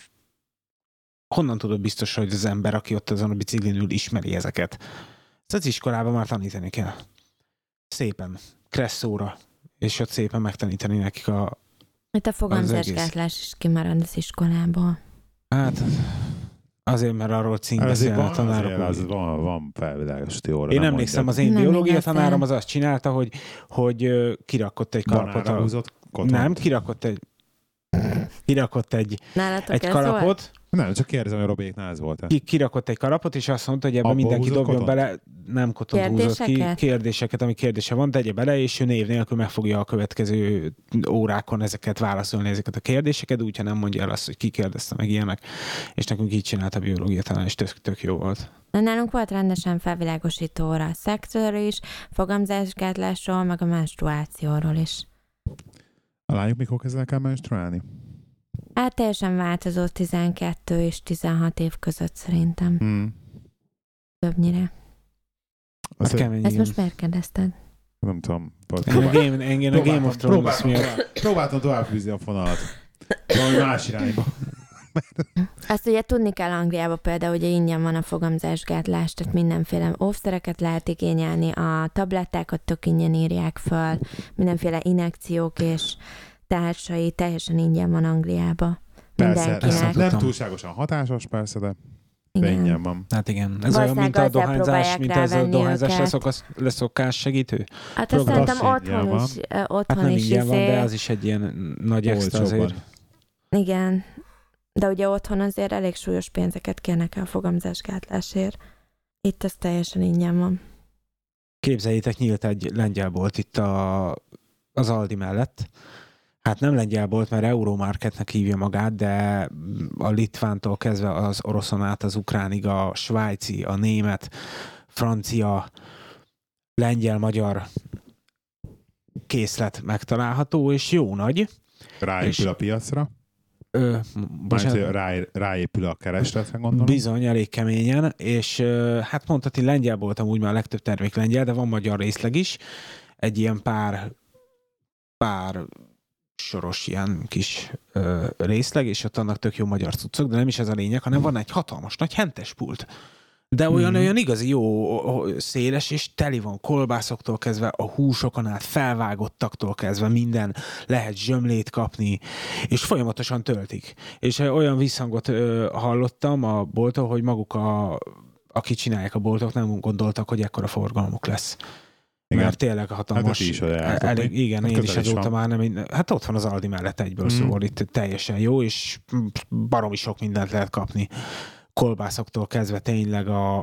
honnan tudod biztos, hogy az ember, aki ott azon a biciklin ül, ismeri ezeket. Ezt az iskolában már tanítani kell. Szépen, kresszóra. És ott szépen megtanítani nekik hát a fogamzásgátlás is kimarad az iskolából. Hát azért, mert arról beszélne a tanárok. Az van felvilágosító óra. Én emlékszem, az én biológia tanárom az azt csinálta, hogy kirakott egy kalapot. Nem, kirakott egy kalapot. Nem, csak kérdezem, hogy Robéknál ez volt. Kirakott egy kalapot, és azt mondta, hogy ebben mindenki dobjon bele, nem kotont húzott ki, kérdéseket, ami kérdése van, tegye bele, és ő név nélkül meg fogja a következő órákon ezeket válaszolni, ezeket a kérdéseket, úgyhogy nem mondja el azt, hogy ki kérdezte meg ilyenek. És nekünk így csinált a biológia tanár, és tök jó volt. Nálunk volt rendesen felvilágosító óra a szexről is, fogamzásgátlásról, meg a menstruációról is. A lányok mikor kezdenek el menstruálni? Hát teljesen változó 12 és 16 év között szerintem. Többnyire. Az kemény, ezt most miért kérdezted? Nem tudom. Engem a Game of Thrones miatt. Próbáltam tovább fűzni a fonalat. Valami más irányba. Azt ugye tudni kell Angliában például, hogy ingyen van a fogamzásgátlás, tehát mindenféle óvszereket lehet igényelni, a tablettákat tök ingyen írják föl, mindenféle injekciók és társai teljesen ingyen van Angliában. Persze, nem túlságosan hatásos persze, de ingyen van. Hát igen, ez olyan, mint a dohányzás, leszokás segítő? Hát azt szerintem otthon is ingyen van, de az is egy ilyen nagy extra azért. Igen. De ugye otthon azért elég súlyos pénzeket kérnek el a fogamzásgátlásért. Itt ez teljesen ingyen van. Képzeljétek, nyílt egy lengyelbolt itt az Aldi mellett. Hát nem lengyelbolt, mert Euromarketnek hívja magát, de a litvántól kezdve az oroszon át az ukránig, a svájci, a német, francia, lengyel, magyar készlet megtalálható, és jó nagy. Ráépül a piacra? Ráépül a keresletre, gondolom. Bizony, elég keményen, és hát mondhatni lengyel voltam, úgy már a legtöbb termék lengyel, de van magyar részleg is. Egy ilyen pár soros ilyen kis részleg, és ott annak tök jó magyar cuccok, de nem is ez a lényeg, hanem van egy hatalmas nagy hentes pult. De olyan igazi jó széles, és teli van kolbászoktól kezdve, a húsokon át felvágottaktól kezdve minden, lehet zsömlét kapni, és folyamatosan töltik. És olyan visszhangot hallottam a bolttól, hogy maguk akik csinálják a boltok, nem gondoltak, hogy ekkora forgalmuk lesz. Igen. Mert tényleg hatalmas. Hát igen, én is azóta már nem. Hát ott van az Aldi mellett egyből, szóval itt teljesen jó, és baromi sok mindent lehet kapni. Kolbászoktól kezdve tényleg a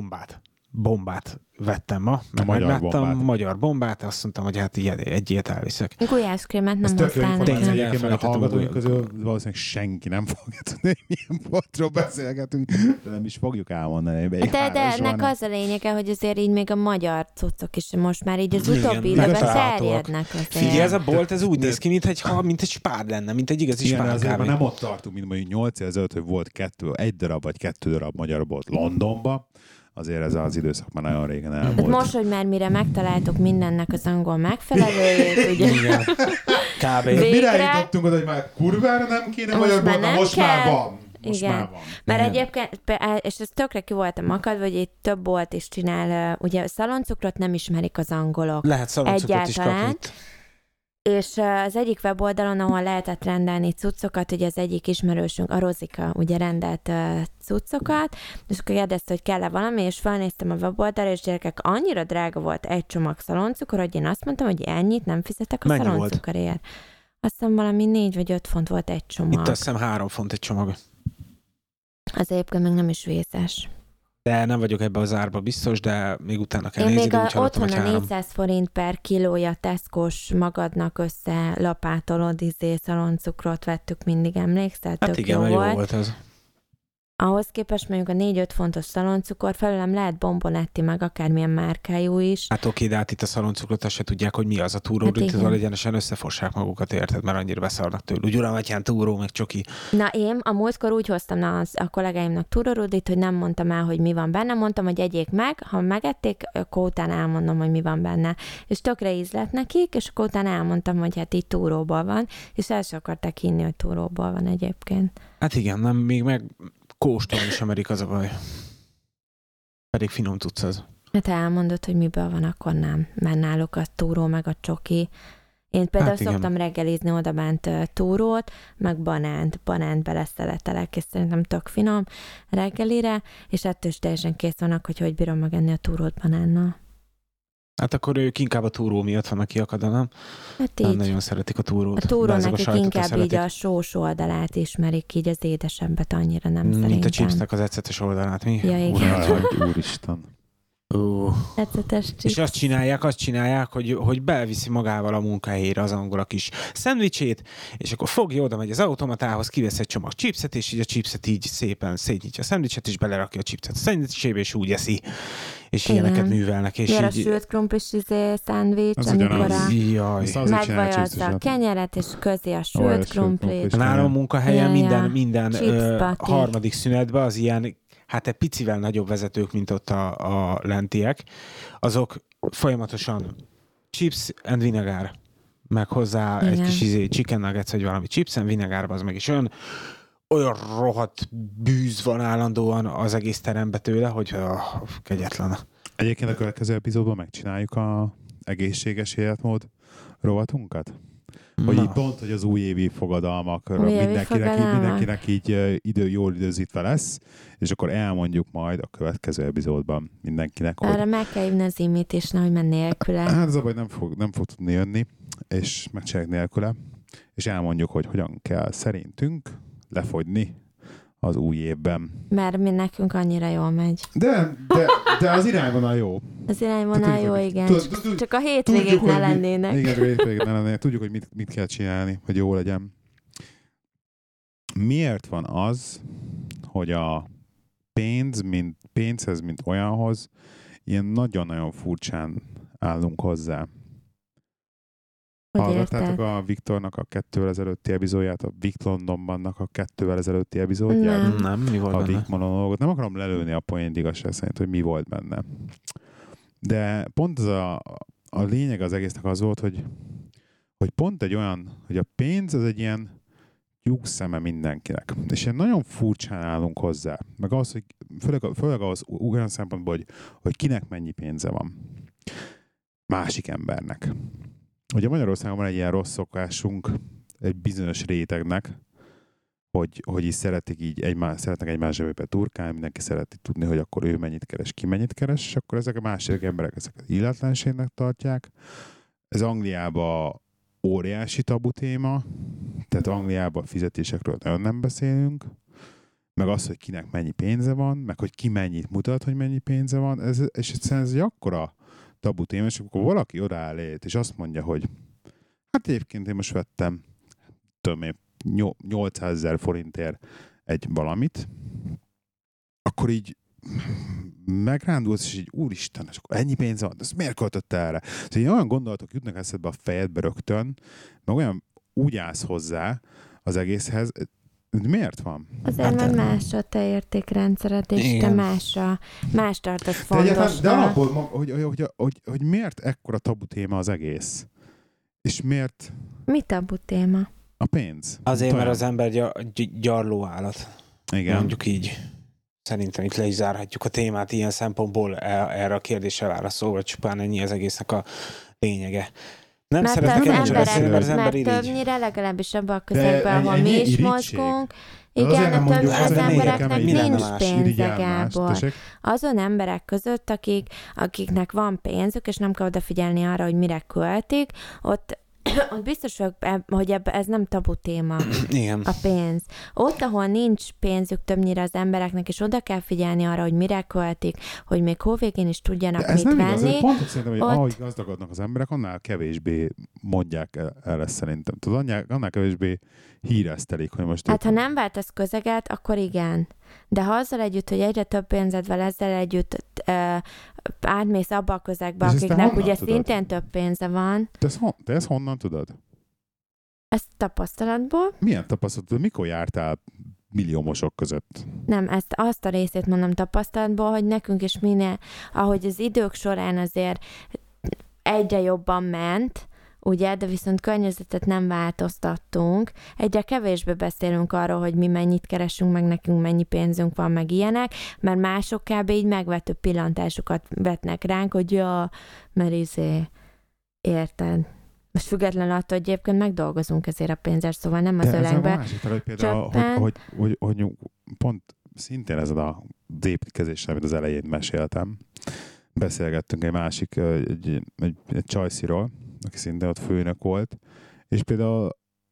bombát vettem ma. Magyar bombát, azt mondtam, hogy hát egy ilyet elviszek. Gulyáskrémet nem használnak. Tényleg, mert a hallgatóink közül valószínűleg senki nem fogja tudni, hogy milyen boltról beszélgetünk, de nem is fogjuk elmondani. De ennek az a lényege, hogy azért így még a magyar cuccok is most már így az utóbbi időben terjednek. Figyelj, ez a bolt, ez úgy néz ki, mint egy spád lenne, mint egy igazi spád. Igen, azért már nem ott tartunk, mint mondjuk 8 év ezelőtt, hogy volt egy darab vagy 2 darab magyar bolt Londonba. Azért ez az időszak már nagyon régen elmúlt. Hát most, hogy már mire megtaláltuk mindennek az angol megfelelőjét, ugye? Igen. Kb. Mire jutottunk oda, hogy már kurvára nem kéne magyar bolt, most már van. Igen, mert egyébként, és ez tökre ki voltam akadva, hogy itt több bolt is csinál, ugye szaloncukrot nem ismerik az angolok. Lehet szaloncukrot is kapni itt. És az egyik weboldalon, ahol lehetett rendelni cuccokat, ugye az egyik ismerősünk, a Rozika, ugye rendelt cuccokat, és akkor kérdezte, hogy kell-e valami, és felnéztem a weboldalra, és gyerekek, annyira drága volt egy csomag szaloncukor, hogy én azt mondtam, hogy ennyit nem fizetek a szaloncukorért. Azt hiszem valami 4 vagy 5 font volt egy csomag. Itt azt hiszem 3 font egy csomag. Az egyébként még nem is vészes. De nem vagyok ebbe az árba biztos, de még utána kell nézni. Én még otthon a 400 forint per kilója Tesco-s magadnak össze lapátolod szaloncukrot vettük mindig, emlékszel? Hát tök igen, jó volt az. Ahhoz képest mondjuk a 4-5 fontos szaloncukor felőlem lehet Bombonetti, meg akármilyen márkájú is. Hát oké, de hát itt a szaloncukrot azt se tudják, hogy mi az a túróritizval, egyenesen összefossák magukat, érted? Mert annyira beszarnak tőle. Úgy uram, atyán túró, meg csoki. Na én a múltkor úgy hoztam a kollégáimnak túrórudit, hogy nem mondtam el, hogy mi van benne, mondtam, hogy egyék meg, ha megették, akkor utána elmondom, hogy mi van benne. És tökre ízlett nekik, és akkor utána elmondtam, hogy hát így túróból van, és el sem akarták hinni, hogy túróból van egyébként. Hát igen, nem, még meg kóstolni sem merik, az a baj. Pedig finom tudsz az. Hát elmondod, hogy miből van, akkor nem. Mert náluk a túró, meg a csoki. Én például szoktam reggelizni odabent túrót, meg banánt beleszeletelek, és szerintem tök finom reggelire, és ettől is teljesen kész vannak, hogy bírom megenni a túrót banánnal. Hát akkor ők inkább a túró miatt vannak kiakadva, nem? Hát így. Nem nagyon szeretik a túrót. A túró nekik inkább így a sós oldalát ismerik, így az édesebbet annyira nem szerintem. Mint a chipsnek az ecetes oldalát, mi? Ja, igen. Úristen. Ecetes chips. És azt csinálják, hogy beviszi magával a munkahelyére az angol a kis szendvicsét, és akkor fogja, oda megy az automatához, kivesz egy csomag chipset, és így a chipset így szépen szétnyitja a szendvicset, és belerakja a chipset a szendvicsébe, és úgy eszi. És ilyeneket művelnek. És így... a sült krumplis szendvics, amikor megvajazza a kenyeret, és közé a sült krumplis. Nálam a munkahelyen minden harmadik szünetben az ilyen, hát egy picivel nagyobb vezetők, mint ott a lentiek, azok folyamatosan chips and vinegar, meg hozzá egy kis chicken nuggets, vagy valami chips and vinegar, az meg is olyan rohadt bűz van állandóan az egész terembe tőle, hogy kegyetlen. Egyébként a következő epizódban megcsináljuk a egészséges életmód rovatunkat? Hogy így pont, hogy az újévi fogadalmakra mindenkinek így jól időzítve lesz, és akkor elmondjuk majd a következő epizódban mindenkinek. Arra meg kell hívni az Imit is, hogy menj nélküle. Hát az a baj, nem fog tudni jönni, és megcsináljuk nélküle, és elmondjuk, hogy hogyan kell szerintünk lefogyni az új évben. Mert mi nekünk annyira jól megy. De az irányvonal jó. Az irányvonal jó, igen. Csak a hétvégék ne lennének. Igen, a hétvégék ne lennének. Tudjuk, hogy mit kell csinálni, hogy jó legyen. Miért van az, hogy a pénzhez, mint olyanhoz, ilyen nagyon-nagyon furcsán állunk hozzá? Hallgattátok a Viktornak a 2-vel ezelőtti epizódját, a Vic Londonbannak a 2-vel ezelőtti epizódját? Nem, mi volt a benne? Vic monológot. Nem akarom lelőni a poént igazság szerint, hogy mi volt benne. De pont az a lényeg az egésznek az volt, hogy pont egy olyan, hogy a pénz az egy ilyen lyukszeme mindenkinek. És ilyen nagyon furcsán állunk hozzá. Meg az, hogy főleg az olyan szempontból, hogy kinek mennyi pénze van. Másik embernek. Ugye Magyarországon van egy ilyen rossz szokásunk egy bizonyos rétegnek, hogy is szeretnek egymás zsebébe turkálni, mindenki szereti tudni, hogy akkor ő mennyit keres, ki mennyit keres, és akkor ezek a másik emberek ezeket illetlenségnek tartják. Ez Angliában óriási tabu téma, tehát Angliában fizetésekről nagyon nem beszélünk, meg az, hogy kinek mennyi pénze van, meg hogy ki mennyit mutat, hogy mennyi pénze van, és egyszerűen ez egy akkora tabu téma, és akkor valaki odaáll és azt mondja, hogy hát egyébként én most vettem 800 000 forintért egy valamit, akkor így megrándulsz, és így úristen, és akkor ennyi pénz van, de ezt miért költött erre? Szóval olyan gondolatok jutnak eszedbe a fejedbe rögtön, meg olyan úgy állsz hozzá az egészhez, miért van? Azért, mert más a te értékrendszered, és igen. Te más tartasz fontosnak. De alapból, hogy miért ekkora tabu téma az egész? És miért? Mi tabu téma? A pénz. Azért, mert az ember gyarló állat. Igen. Mondjuk így. Szerintem itt le is zárhatjuk a témát ilyen szempontból erre a kérdésre válaszolva, csupán ennyi az egésznek a lényege. Nem szeretek el beszélni, mert az ember irigy. Mert többnyire, legalábbis abban a közegben, ahol mi is mozgunk, igen, az embereknek nincs pénze, Gábor. Azon emberek között, akiknek van pénzük, és nem kell odafigyelni arra, hogy mire költik, ott biztos, hogy ez nem tabu téma. Igen. A pénz. Ott, ahol nincs pénzük többnyire az embereknek, és oda kell figyelni arra, hogy mire költik, hogy még hóvégén is tudjanak mit venni. Ez nem igaz, pont szerintem, hogy ahogy gazdagodnak az emberek, annál kevésbé mondják el ezt szerintem. Tudod, annál kevésbé híresztelik, hogy most... Hát, ha nem váltasz közeget, akkor igen. De ha azzal együtt, hogy egyre több pénzed van, ezzel együtt átmész abba a közegbe, akiknek ugye tudod? Szintén több pénze van. Te ezt honnan tudod? Ezt tapasztalatból. Milyen tapasztalatból? Mikor jártál milliómosok között? Nem, azt a részét mondom tapasztalatból, hogy nekünk is ahogy az idők során azért egyre jobban ment, ugye, de viszont környezetet nem változtattunk. Egyre kevésbé beszélünk arról, hogy mi mennyit keresünk, meg nekünk mennyi pénzünk van, meg ilyenek, mert mások kb. Így megvető pillantásokat vetnek ránk, hogy mert érted. Most függetlenül attól, hogy egyébként megdolgozunk ezért a pénzért, szóval nem az ölegbe. De ez a másik, például, hogy pont szintén ez az építkezésre, amit az elején meséltem, beszélgettünk egy másik, egy csajsziról, aki szintén ott főnök volt, és például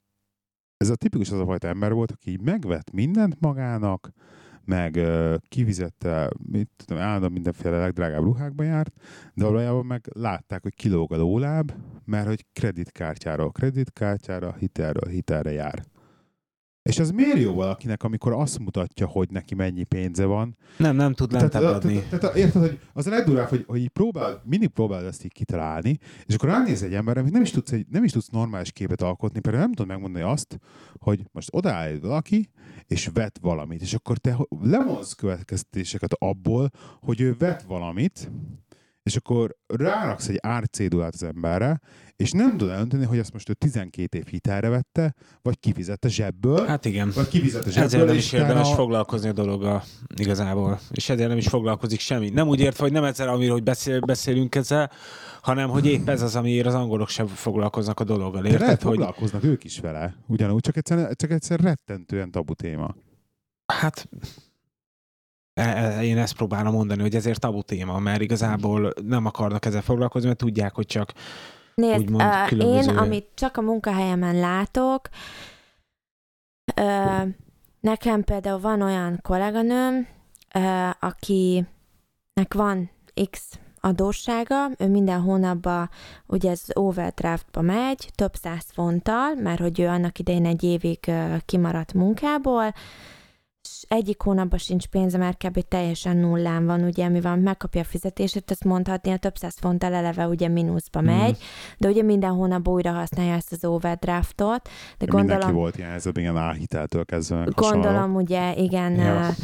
ez a tipikus az a fajta ember volt, aki így megvett mindent magának, meg kivizette, állandóan mindenféle legdrágább ruhákba járt, de valójában meg látták, hogy kilóg a lóláb, mert hogy kreditkártyára, hitelről hitelre jár. És az miért jó valakinek, amikor azt mutatja, hogy neki mennyi pénze van? Nem tud lentebb adni. Tehát érted, hogy az a legdurább, hogy mindig próbáld ezt így kitalálni, és akkor ránéz egy emberre, amit nem is tudsz normális képet alkotni, például nem tudod megmondani azt, hogy most odaáll valaki, és vet valamit, és akkor te levonsz következtetéseket abból, hogy ő vet valamit, és akkor ráraksz egy árcédulát az emberre, és nem tudod eldönteni, hogy azt most ő 12 év hitelre vette, vagy kifizette zsebből. Hát igen. Vagy kifizette zsebből. Ezért nem is érdemes foglalkozni a dologgal igazából. És ezért nem is foglalkozik semmi. Nem úgy értve, hogy nem ezzel, amiről beszélünk ezzel, hanem hogy épp ez az, amiért az angolok sem foglalkoznak a dologgal. Érted? De foglalkoznak ők is vele. Ugyanúgy, csak egyszer rettentően tabu téma. Hát... Én ezt próbálom mondani, hogy ezért tabu téma, mert igazából nem akarnak ezzel foglalkozni, mert tudják, hogy csak nézd, úgymond különböző... Én, amit csak a munkahelyemen látok, nekem például van olyan kolléganőm, akinek van X adóssága, ő minden hónapban ugye ez overdraftba megy, több 100 fonttal, mert hogy ő annak idején egy évig kimaradt munkából, egyik hónapban sincs pénze, mert kb. Teljesen nullán van, ugye, mi van, megkapja a fizetését, ezt mondhatni, a több 100 fonttal eleve ugye mínuszba megy, de ugye minden hónapban újra használja ezt az overdraftot. De gondolom, mindenki volt ilyen helyzetben, ilyen álhiteltől kezdve. Gondolom, ugye, igen,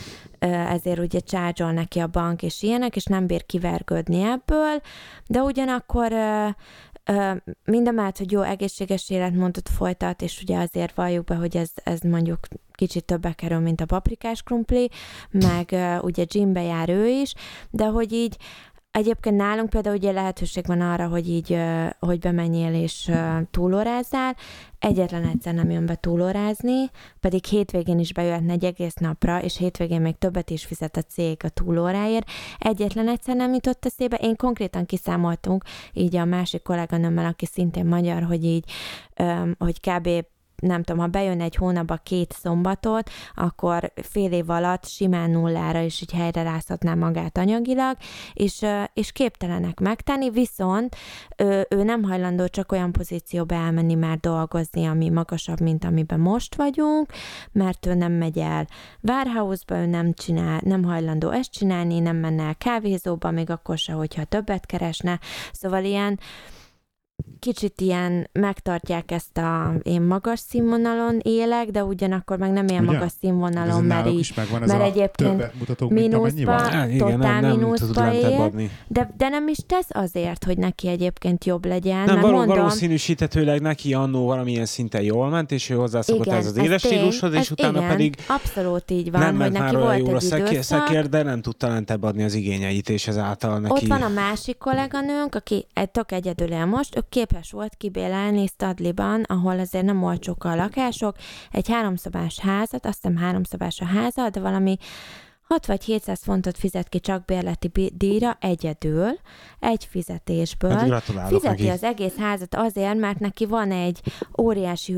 ezért ugye charge-ol neki a bank és ilyenek, és nem bír kivergődni ebből, de ugyanakkor mindemellett, hogy jó egészséges életmódot folytat, és ugye azért valljuk be, hogy ez mondjuk kicsit többe kerül, mint a paprikás krumpli, meg ugye gymbe jár ő is, de hogy így egyébként nálunk például ugye lehetőség van arra, hogy így, hogy bemenjél és túlórázzál, egyetlen egyszer nem jön be túlórázni, pedig hétvégén is bejöhetne egy egész napra, és hétvégén még többet is fizet a cég a túlóráért. Egyetlen egyszer nem jutott eszébe. Én konkrétan kiszámoltunk, így a másik kolléganőmmel, aki szintén magyar, hogy így, hogy kb. Nem tudom, ha bejön egy hónapba 2 szombatot, akkor fél év alatt simán nullára is így helyre rázhatná magát anyagilag, és képtelenek megtenni, viszont ő nem hajlandó csak olyan pozícióba elmenni már dolgozni, ami magasabb, mint amiben most vagyunk, mert ő nem megy el warehouse-ba, ő nem hajlandó ezt csinálni, nem menne el kávézóba, még akkor se, hogyha többet keresne, szóval ilyen kicsit ilyen megtartják ezt én magas színvonalon élek, de ugyanakkor meg nem ilyen magas színvonalon, mert egyébként mínuszba, totál mínuszba él, de nem is tesz azért, hogy neki egyébként jobb legyen. Nem, valószínűsíthetőleg neki annó valamilyen szinten jól ment, és ő hozzászokott ez az éles stílushoz, és utána igen, pedig abszolút így van, nem hogy neki volt egy időszak. De nem tudta lentebb adni az igényeit, és ezáltal neki... Ott van a másik kolléganőnk, aki tök egyedül él most, ő képes volt kibérelni Studleyban, ahol azért nem olcsók a lakások, egy 3 szobás házat, azt hiszem 3 szobás a háza, de valami 6 vagy 700 fontot fizet ki csak bérleti díjra egyedül, egy fizetésből. Hát fizeti az egész házat azért, mert neki van egy óriási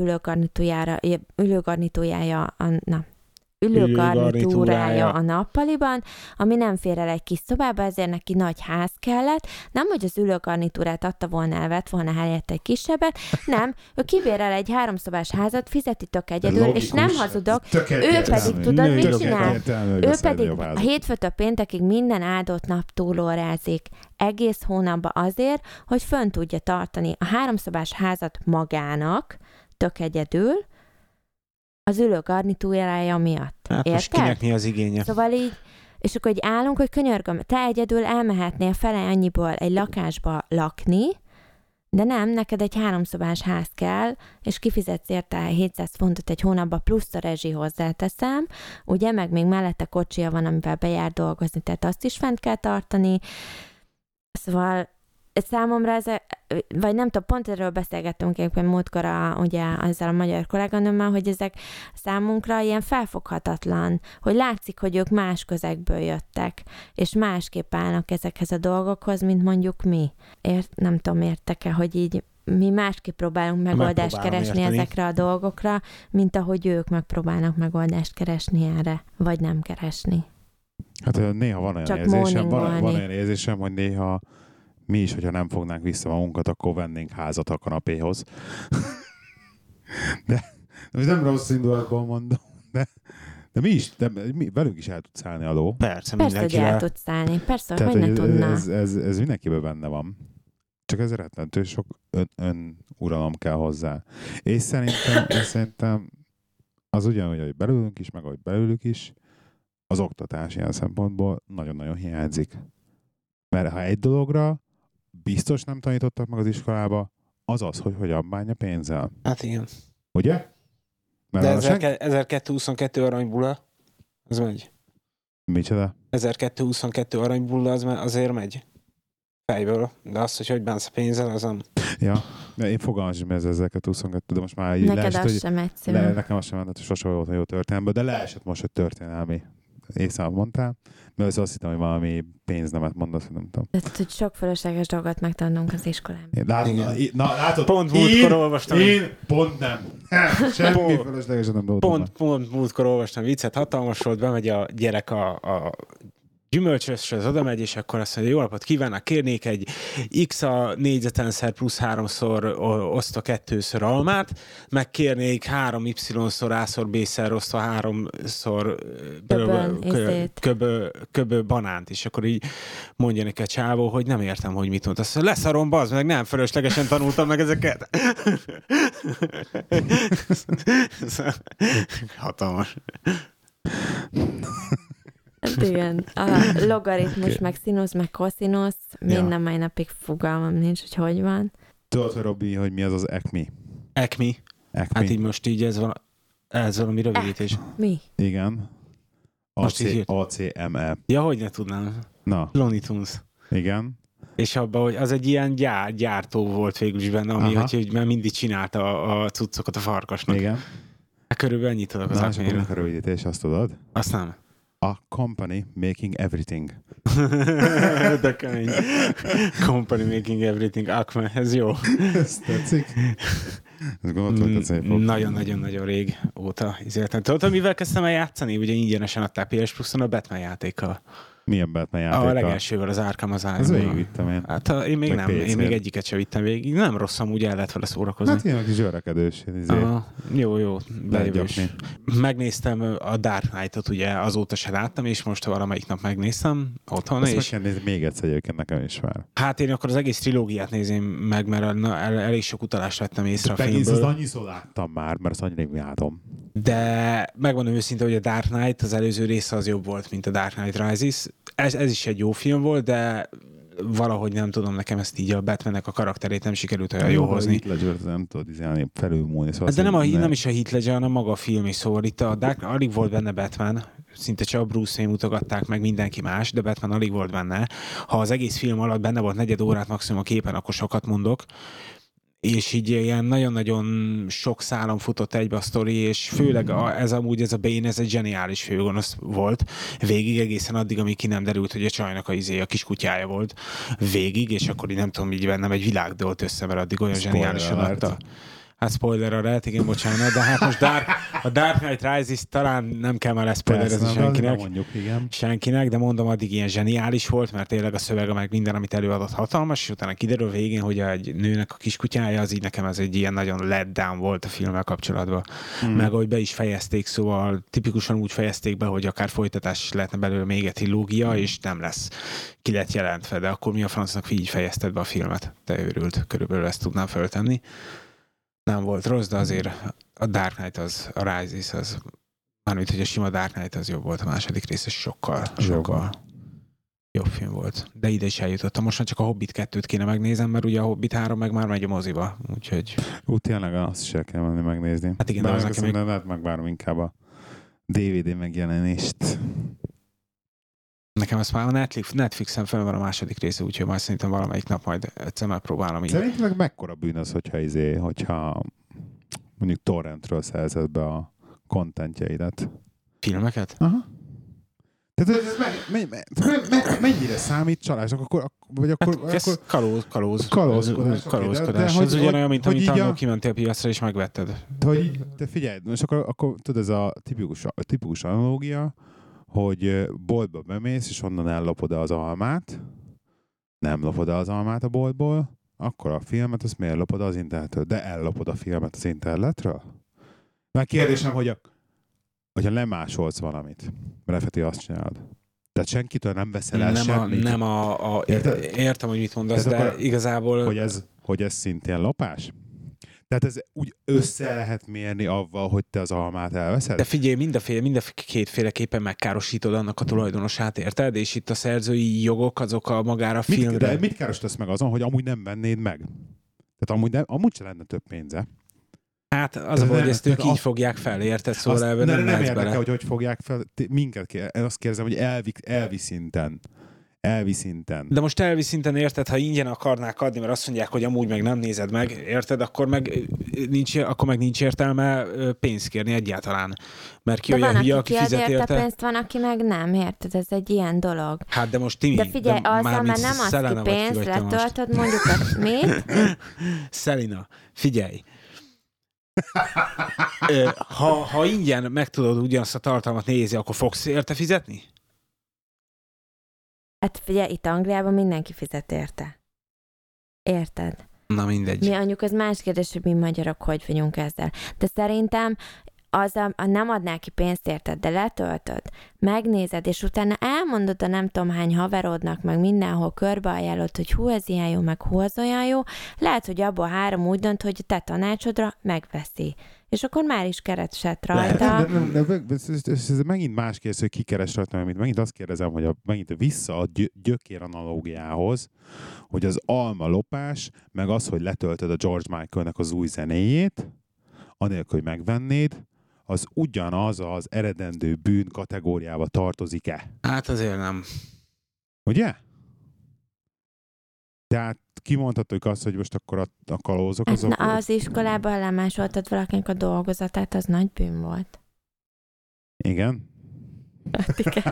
ülőgarnitúrája a nappaliban, ami nem fér el egy kis szobába, ezért neki nagy ház kellett. Nem, hogy az ülőgarnitúrát adta volna, elvett volna helyett egy kisebbet, nem, ő kibérel egy 3 szobás házat, fizeti tök egyedül, logikus, és nem hazudok, ő pedig tudod, mit csinál? Ő pedig a hétfőtől péntekig minden áldott nap túlórázik egész hónapban azért, hogy fönn tudja tartani a 3 szobás házat magának, tök egyedül, az ülőgarnitúrája miatt. Hát most kinek mi az igénye? Szóval így, és akkor így állunk, hogy könyörgöm, te egyedül elmehetnél fele annyiból egy lakásba lakni, de nem, neked egy 3 szobás ház kell, és kifizetsz érte 700 fontot egy hónapba, plusz a rezsi hozzáteszem, ugye, meg még mellette kocsia van, amivel bejár dolgozni, tehát azt is fent kell tartani. Szóval számomra ez, vagy nem tudom, pont erről beszélgettünk éppen múltkor ugye ezzel a magyar kolléganőmmel, hogy ezek számunkra ilyen felfoghatatlan, hogy látszik, hogy ők más közegből jöttek, és másképp állnak ezekhez a dolgokhoz, mint mondjuk mi. Nem tudom, értek-e, hogy így mi másképp próbálunk megoldást keresni ezekre a dolgokra, mint ahogy ők megpróbálnak megoldást keresni erre, vagy nem keresni. Hát néha van olyan érzésem, hogy néha mi is, hogyha nem fognánk vissza magunkat, akkor vennénk házat a kanapéhoz. De most nem rossz indulatból mondom, de mi is, velünk is el tudsz szállni a ló. Persze, hogy el tudsz szállni. Persze, tehát, hogy ne tudná. Ez mindenkiben benne van. Csak ez rettentő sok önuralom kell hozzá. És szerintem az ugyanúgy, hogy belülünk is, meg ahogy belülük is, az oktatás ilyen szempontból nagyon-nagyon hiányzik. Mert ha egy dologra biztos nem tanítottak meg az iskolába, az, hogy hogyan bánja pénzzel. Hát igen. Ugye? Mert de 1222 aranybula, az megy. Micsoda? 1222 aranybula, az azért megy. Fejből. De azt, hogy bánsz a pénzzel, az nem. Ja, én fogalmazom ez 1222, de most már így neked az sem egyszerű. Nekem az sem ment, hogy sosem volt a jó történelme, de leesett most, hogy történelmi észrevet mondtál, mert az azt hittem, hogy valami pénznemet mondasz, nem tudom. Tehát, hogy sok fölösleges dolgot megtanulunk az iskolában. Látod, pont múltkor olvastam. Én pont nem. Semmi fölösleges nem dolgozom. Pont múltkor olvastam viccet, hatalmas volt, bemegy a gyerek a gyümölcsösre, oda megy, és akkor azt mondja, jó napot kívánok, kérnék egy x a négyzetenszer plusz 3-szor osztva 2-ször almát, meg kérnék 3y-szor a-szor b-szer osztva 3-szor köbö banánt, és akkor így mondja neki a csávó, hogy nem értem, hogy mit mond. Azt mondja, leszarom, bazd meg, nem fölöslegesen tanultam meg ezeket. Hatalmas. Igen, a logaritmus, meg színusz, meg koszinusz, minden mai napig fogalmam nincs, hogy van. Tudod, hogy Robi, hogy mi az az ECMI? ECMI? Hát így most így ez valami rövidítés. Mi? Igen. ACME. Ja, hogy ne tudnám. Na. Looney Tunes. Igen. És abban, hogy az egy ilyen gyártó volt végül is benne, ami hogy már mindig csinálta a cuccokat a farkasnak. Igen. Körülbelül ennyit tudok az ECMI-ről. Na, a rövidítés, azt tudod? Azt nem. A company making everything. De kemény. Company making everything. Akme, ez jó. Ez tetszik? Nagyon-nagyon-nagyon rég óta izéltem. Tudod, mivel kezdtem el játszani? Ugye ingyenesen adták PS Plus-on a Batman játékkal. Milyen Batman játékkal? A legelsővel, az Arkham Asylum. Ez végigvittem én. Hát én még nem. Én még egyiket sem vittem végig. Nem rossz, amúgy el lehet vele szórakozni. Hát ilyen kis zsörrekedős. Jó. Lejövős. Megnéztem a Dark Knight-ot, ugye azóta se láttam, és most valamelyik nap megnéztem otthon. Azt meg kell nézni még egyszer, egyébként nekem is vár. Hát én akkor az egész trilógiát nézném meg, mert elég sok utalást vettem észre a filmből. Ezt annyiszor láttam már, mert azt annyira imádom. De megmondom őszintén, hogy a Dark Knight, az előző része az jobb volt, mint a Dark Knight Rises. Ez is egy jó film volt, de valahogy nem tudom, nekem ezt így a Batmannek a karakterét nem sikerült olyan jól hozni. Heath Ledger nem tudod felülmúlni. Szóval de nem is a Heath Ledger, hanem maga a film is. Szóval itt a Dark alig volt benne Batman, szinte csak Bruce Wayne mutogatták meg mindenki más, de Batman alig volt benne. Ha az egész film alatt benne volt 4 órát maximum a képen, akkor sokat mondok. És így ilyen nagyon-nagyon sok szálon futott egybe a sztori, és főleg ez a Bane, ez egy zseniális főgonosz volt. Végig egészen addig, amíg ki nem derült, hogy a csajnak a kiskutyája volt. Végig, és akkor így nem tudom, így bennem egy világ dőlt össze, mert addig olyan zseniálisan adta. Hát spoiler alert, igen, bocsánat, de hát most a Dark Knight Rises talán nem kell már leszpoilerezni senkinek. Mondjuk, igen. Senkinek, de mondom, addig ilyen zseniális volt, mert tényleg a szövege meg minden, amit előadott hatalmas, és utána kiderül végén, hogy egy nőnek a kiskutyája, az így nekem ez egy ilyen nagyon letdown volt a filmmel kapcsolatban. Meg ahogy be is fejezték, szóval tipikusan úgy fejezték be, hogy akár folytatás lehetne belőle még egy trilógia, és nem lesz. Ki lett jelentve, de akkor mi a francnak így fejezted be a filmet? Te őrült, körülbelül ezt tudnám föltenni. Nem volt rossz, de azért a Dark Knight a Rises az, mármint, hogy a sima Dark Knight az jobb volt, a második része sokkal jobb film volt. De ide is eljutottam. Most már csak a Hobbit 2-t kéne megnézem, mert ugye a Hobbit 3 meg már megy a moziba, úgyhogy... Tényleg azt is el kell menni megnézni. Hát igen, de az nekem még... Lehet megvárom inkább a DVD megjelenést. Nekem azt már a Netflixen fel van a második része, úgyhogy majd szerintem valamelyik nap majd egyszer megpróbálom így. Szerintem meg mekkora bűn az, hogyha mondjuk torrentről szerzed be a contentjeidet. Filmeket? Aha. Tehát ez mennyire számít csalásnak? Kalózkodás. Ez ugyanolyan, mint amit annól kimentél a piacra és megvetted. Te figyelj, és akkor tudod, ez a tipikus analógia, hogy boltba bemész, és onnan ellopod az almát, nem lopod az almát a boltból, akkor a filmet, azt miért lopod az internetről? De ellopod a filmet az internetről? Már kérdésem, hogyha lemásolsz valamit, Refeti, azt csinálod. Tehát senkitől nem veszel el semmit. Értem, hogy mit mondasz, de igazából... Hogy ez szintén lopás? Tehát ez úgy össze lehet mérni avval, hogy te az almát elveszed? De figyelj, mind a kétféleképpen megkárosítod annak a tulajdonosát, érted? És itt a szerzői jogok azok a magára filmre. De mit károsítasz meg azon, hogy amúgy nem vennéd meg? Tehát amúgy se lenne több pénze. Hát az a baj, hogy ezt ők így fogják fel, érted? Szóval ebben nem érdekel, hogy fogják fel. Minket azt kérdezem, hogy elvi szinten. De most elvi szinten, érted, ha ingyen akarnák adni, mert azt mondják, hogy amúgy meg nem nézed meg, érted, akkor meg nincs értelme pénzt kérni egyáltalán. Mert ki olyan hülye, aki fizet érte. Pénzt, van, aki meg nem, érted, ez egy ilyen dolog. Hát de most Timi, de figyelj, azzal már nem adsz ki pénzt, letöltöd mondjuk a mit? Szelina, figyelj. Ha ingyen meg tudod ugyanazt a tartalmat nézni, akkor fogsz érte fizetni? Hát figyelj, itt Angliában mindenki fizet érte. Érted? Na mindegy. Mi anyjuk, az más kérdés, hogy mi magyarok hogy vagyunk ezzel. De szerintem nem adnál ki pénzt érted, de letöltöd, megnézed, és utána elmondod a nem tudom hány haverodnak, meg mindenhol körbeajánlod, hogy hú, ez ilyen jó, meg hú, az olyan jó. Lehet, hogy abból 3 úgy dönt, hogy te tanácsodra megveszi. És akkor már is keresett rajta. De ez megint más kérdés, hogy ki keres rajta, mert megint azt kérdezem, hogy megint vissza a gyökér analógiához, hogy az alma lopás, meg az, hogy letöltöd a George Michaelnek az új zenéjét, anélkül, hogy megvennéd, az ugyanaz az eredendő bűn kategóriába tartozik-e? Hát azért nem. Ugye? Tehát kimondhatjuk azt, hogy most akkor a kalózok azok... Az iskolában lemásoltad valakinek a dolgozatát, az nagy bűn volt. Igen? Hát igen.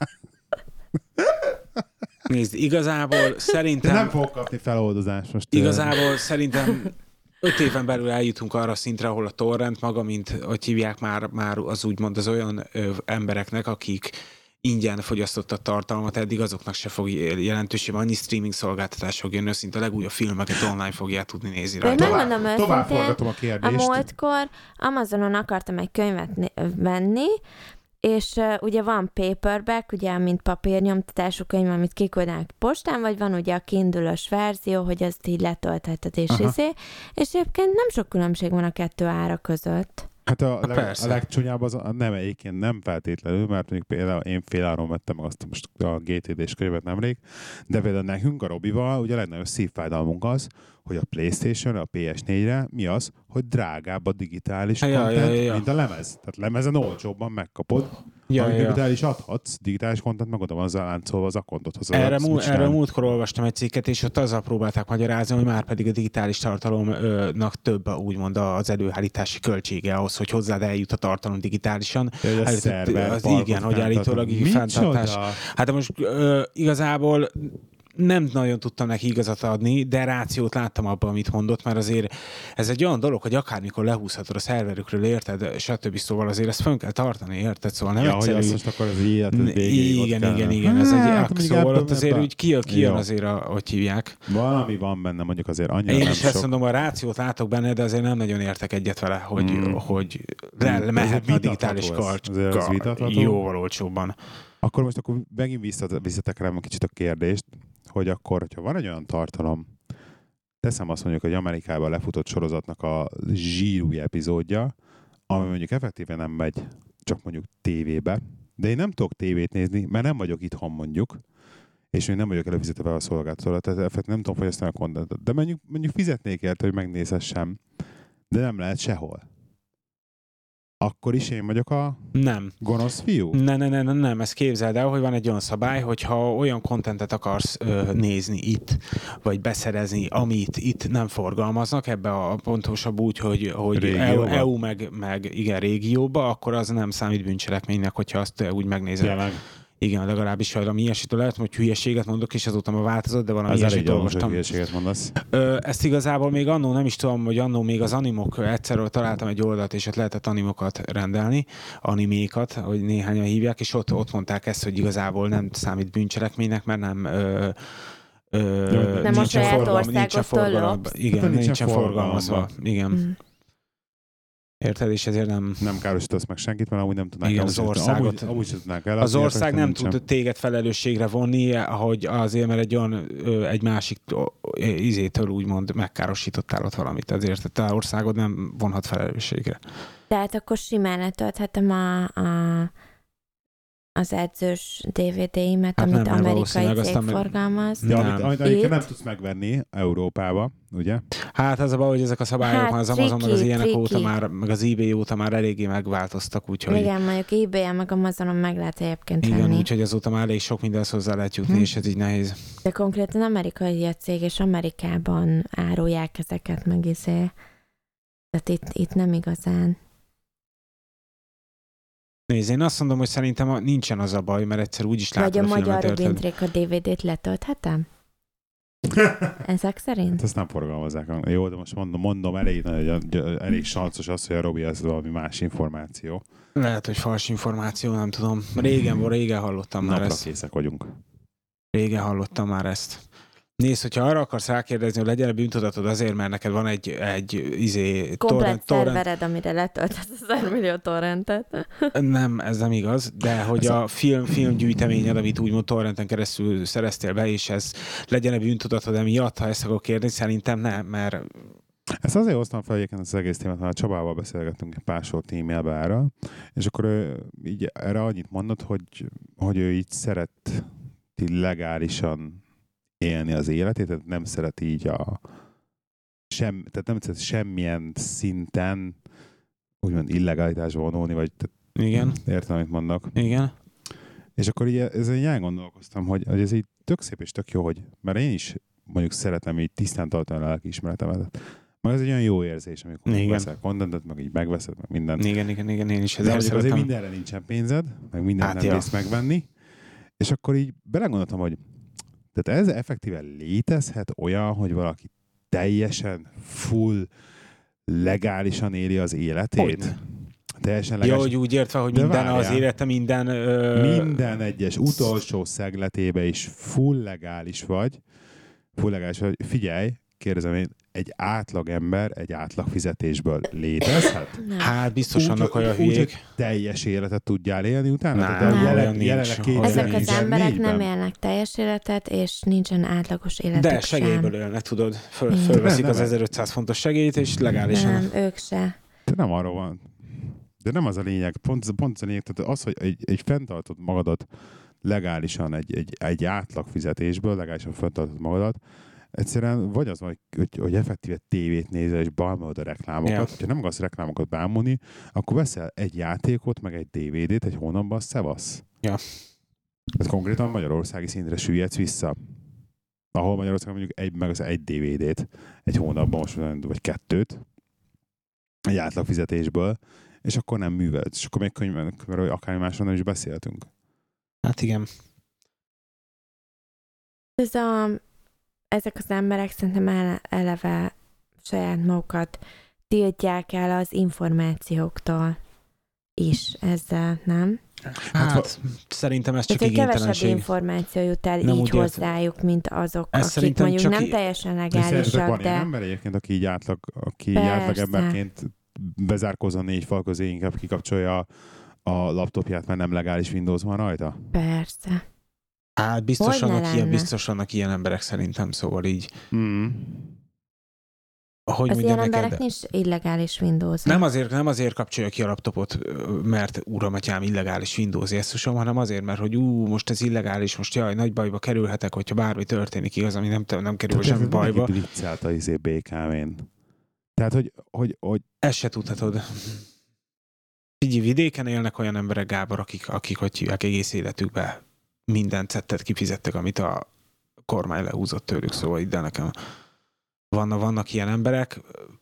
Nézd, igazából szerintem... De nem fogok kapni feloldozást most. Igazából szerintem 5 éven belül eljutunk arra szintre, ahol a torrent maga, mint hogy hívják már az úgymond az olyan embereknek, akik ingyen fogyasztott tartalmat, eddig azoknak se fog jelentőségben annyi streaming szolgáltatás fog jönni, szinte a legújabb filmeket online fogják tudni nézni rajta. Tovább forgatom a kérdést. A múltkor Amazonon akartam egy könyvet venni, és ugye van paperback, ugye, mint papírnyomtatású könyv, amit kiküldenek postán, vagy van ugye a Kindle-ös verzió, hogy ezt így letöltheted, és és egyébként nem sok különbség van a 2 ára között. Hát a legcsúnyább az egyébként nem feltétlenül, mert mondjuk például én féláron vettem meg azt most a GTD-s könyvet nemrég, de például nekünk a Robival ugye a legnagyobb szívfájdalmunk az, hogy a PlayStation-re, a PS4-re mi az, hogy drágább a digitális content, mint a lemez. Tehát lemezen olcsóbban megkapod, amit digitális adhatsz, digitális content meg oda van az láncolva az akkontodhoz. Erről múltkor olvastam egy cikket, és ott azzal próbálták magyarázni, hogy már pedig a digitális tartalomnak több úgymond az előállítási költsége ahhoz, hogy hozzád eljut a tartalom digitálisan. Igen, hogy állítólag fenntartás. Hát de most igazából nem nagyon tudtam neki igazat adni, de rációt láttam abban, amit mondott, mert azért ez egy olyan dolog, hogy akármikor lehúzhatod a szerverükről, érted, stb. Szóval azért ezt fönn kell tartani, érted? Szóval nem egyszerű. Hogy most akkor az életed Igen, ez egy szóval ott azért úgy kijön azért, hogy hívják. Valami van benne, mondjuk azért annyira én nem is ezt mondom, a rációt látok benne, de azért nem nagyon értek egyet vele, hogy mehetne a digitális karcska jóval olcsóbban. Akkor megint visszatekerem egy kicsit a kérdést, hogy akkor, hogyha van egy olyan tartalom, teszem azt mondjuk, hogy Amerikában lefutott sorozatnak a zsírúj epizódja, ami mondjuk effektíven nem megy csak mondjuk tévébe, de én nem tudok tévét nézni, mert nem vagyok itthon mondjuk, és még nem vagyok előfizetve fel a szolgáltatóra, tehát effektíven nem tudom fogyasztani a kontentet. De mondjuk fizetnék érte, hogy megnézhessem, de nem lehet sehol. Akkor is én vagyok a gonosz fiú? Nem, ezt képzeld el, hogy van egy olyan szabály, hogyha olyan kontentet akarsz nézni itt, vagy beszerezni, amit itt nem forgalmaznak, ebbe a pontosabb úgy, hogy EU meg igen, régióba, akkor az nem számít bűncselekménynek, hogyha azt úgy megnézed. Jelenleg. Igen, legalábbis valami ilyesítől lehet, hogy hülyeséget mondok, és azóta ma változott, de valami ilyesít olvastam. Hülyeséget mondasz. Ezt igazából még annó nem is tudom, hogy annó még az animok, egyszerűen találtam egy oldalt, és ott lehetett animokat rendelni, animékat, hogy néhányan hívják, és ott mondták ezt, hogy igazából nem számít bűncselekménynek, mert nem nem a saját országottól lopsz. Igen, nincsen forgalmazva. Igen. Érted? És ezért nem károsítasz meg senkit, mert amúgy nem tudnák. Igen, az országot. Amúgy tudnák el. Az ország nem tud téged felelősségre vonni, ahogy azért, mert egy másik izétől úgymond megkárosítottál ott valamit. Ezért te országod nem vonhat felelősségre. Tehát akkor simán letölthetem az edzős DVD-imet, hát amit amerikai cég forgalmaz. De amit nem tudsz megvenni Európába, ugye? Hát az a baj, hogy ezek a szabályok az Amazon meg az ilyenek óta már, meg az eBay óta már eléggé megváltoztak, úgyhogy... Igen, mondjuk eBay-en meg Amazonon meg lehet egyébként venni. Igen, úgyhogy azóta már elég sok mindenhez hozzá lehet jutni, és ez így nehéz. De konkrétan amerikai cég, és Amerikában árulják ezeket meg Tehát itt nem igazán. Nézd, én azt mondom, hogy szerintem nincsen az a baj, mert egyszer úgyis látod a filmet. Vagy a Magyar Rubintréka DVD-t letölthetem? Ezek szerint? Ezt nem forgalmazzák. Jó, de most mondom elég sancos az, hogy a Robi ez valami más információ. Lehet, hogy fals információ, nem tudom. Régen hallottam már ezt. Készek vagyunk. Régen hallottam már ezt. Nézd, hogyha arra akarsz rákérdezni, hogy legyen a bűntudatod azért, mert neked van egy komplett szervered, amire letöltesz az 1 millió torrentet. Nem, ez nem igaz, de hogy a filmgyűjteményed, amit úgymond torrenten keresztül szereztél be, és ez legyen a bűntudatod emiatt, ha ezt akarok kérni, szerintem nem, mert... Ezt azért hoztam fel egyébként az egész témát, mert a Csabával beszélgettünk egy pár sort e-mailbe erről, és akkor ő így erre annyit mondott, hogy ő így szeret legálisan élni az életét, tehát nem szeret így tehát nem szeret semmilyen szinten úgymond illegalitásba vonulni, vagy igen. Értem, amit mondok. Igen. És akkor így ezzel így elgondolkoztam, hogy ez így tök szép és tök jó, mert én is mondjuk szeretem így tisztán tartani a lelkiismeretemet. Meg ez egy olyan jó érzés, amikor veszel contentet, meg így megveszed, meg mindent. Igen, én is. De azért mindenre nincsen pénzed, meg mindent nem mész megvenni. És akkor így belegondoltam, hogy tehát ez effektíve létezhet olyan, hogy valaki teljesen full legálisan éli az életét? Hogyne. Teljesen legálisan. Jó, hogy úgy értve, hogy minden az élete, minden egyes utolsó szegletébe is full legális vagy. Figyelj, kérdezem én, egy átlag ember egy átlag fizetésből létezhet? Hát biztos annak olyan hülyék. Úgy, teljes életet tudjál élni utána? Ezek az emberek nem élnek teljes életet, és nincsen átlagos életük de segélyből élnek, tudod. Fölveszik az 1500 fontos segélyt, és legálisan. Nem, ők se. De nem arról van. De nem az a lényeg. Pont az a lényeg. Tehát az, hogy egy fenntartod magadat legálisan egy átlag fizetésből, legálisan fenntartod magadat, egyszerűen vagy az van, hogy effektíve tévét nézel és bámulod a reklámokat. Yeah. Ha nem akarsz reklámokat bámulni, akkor veszel egy játékot, meg egy DVD-t egy hónapban, szevasz. Yeah. Ez konkrétan magyarországi szintre süllyedsz vissza. Ahol Magyarországon mondjuk egy DVD-t egy hónapban, most vagy 2, egy átlag fizetésből, és akkor nem művelsz. És akkor még könyvben, akármi másról nem is beszéltünk. Hát igen. Ezek az emberek szerintem eleve saját magukat tiltják el az információktól is ezzel, nem? Hát szerintem ez csak igénytelenség. Kevesebb információ jut el így hozzájuk, mint azok, akik mondjuk nem teljesen legálisak, de... Van ember egyébként, aki így átlag emberként bezárkózza 4 fal közé, inkább kikapcsolja a laptopját, mert nem legális Windows van rajta? Persze. Hát biztos vannak ilyen emberek szerintem, szóval így. Hogy az ilyen emberek nincs illegális Windows. Nem azért kapcsolja ki a laptopot, mert uramatjám illegális Windows jesszusom, hanem azért, mert hogy most ez illegális, most jaj, nagy bajba kerülhetek, hogyha bármi történik, igaz, ami nem kerül semmi bajba. Tehát ez blitzelt a BKV-n. Tehát, hogy... Ezt se tudhatod. Így vidéken élnek olyan emberek, Gábor, akik hogy hívják egész életükben minden cettet kifizettek, amit a kormány lehúzott tőlük, szóval ide nekem vannak ilyen emberek.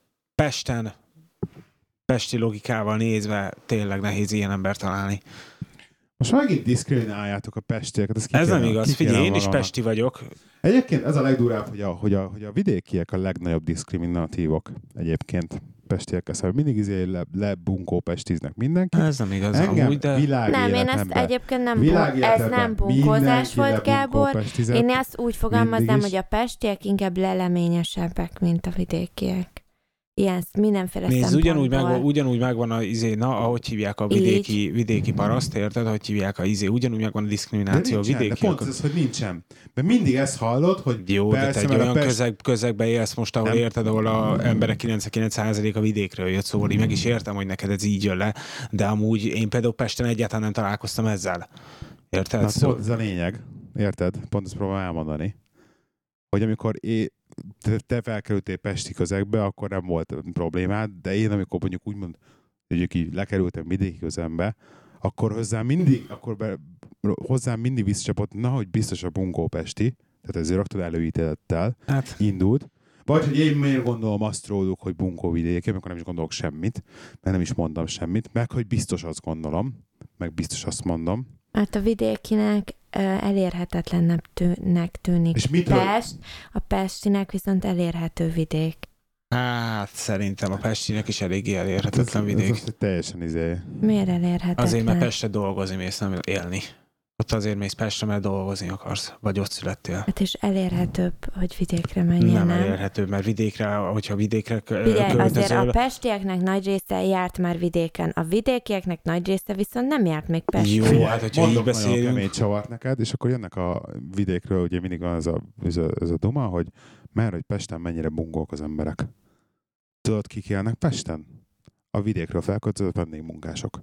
Pesti logikával nézve tényleg nehéz ilyen embert találni. Most megint diszkrimináljátok a pestieket. Ez nem igaz, figyelj, én is pesti vagyok. Egyébként ez a legdurább, hogy a vidékiek a legnagyobb diszkriminatívok egyébként pestiekkel szemben. Mindig lebunkó pestiznek mindenki. Ez nem igaz, amúgy, de... Nem, én ezt egyébként nem bunkózás volt, Gábor. Én ezt úgy fogalmaznám, hogy a pestiek inkább leleményesebbek, mint a vidékiek. ilyen mindenféle szempontból. Ugyanúgy megvan ahogy hívják a vidéki paraszt, érted? Ahogy hívják ugyanúgy megvan a diszkrimináció a vidéki. De pont ez, hogy nincsen. Mert mindig ezt hallod, hogy jó, de te egy olyan közegben élsz most, ahol érted, ahol az emberek 99% a vidékről jött, szóval én meg is értem, hogy neked ez így jön le, de amúgy én például Pesten egyáltalán nem találkoztam ezzel. Érted? Na, szóval ez a lényeg. Érted? Pont ezt próbálom elmondani. Hogy amikor te felkerültél pesti közegbe, akkor nem volt problémád, de én amikor mondjuk úgymond, hogy lekerültem vidéki közembe, akkor hozzám mindig visszacsapott, hogy biztos a bunkó pesti, tehát ez rögtön előítélettel indult. Vagy, hogy én miért gondolom azt róluk, hogy bunkó vidéki, amikor nem is gondolok semmit, mert nem is mondtam semmit, meg hogy biztos azt gondolom, meg biztos azt mondom. Hát a vidékinek elérhetetlennek tűnik és Pest, a pestinek viszont elérhető vidék. Hát szerintem a pestinek is eléggé elérhetetlen vidék. Ez teljesen Miért elérhetetlen? Azért, mert Pestre dolgozni mész, nem élni. Ott azért mész Pestre, mert dolgozni akarsz, vagy ott születtél. Hát és elérhetőbb, hogy vidékre menjen, nem? Elérhetőbb, mert hogyha vidékre költözöl... Azért a pestieknek nagy része járt már vidéken, a vidékieknek nagy része viszont nem járt még Pestre. Jó, hát hogyha így beszélünk... Mondok kemény csavart neked, és akkor jönnek a vidékről, ugye mindig van ez a duma, hogy hogy Pesten mennyire bungók az emberek. Tudod, kik élnek Pesten? A vidékről felköltözött vendégmunkások.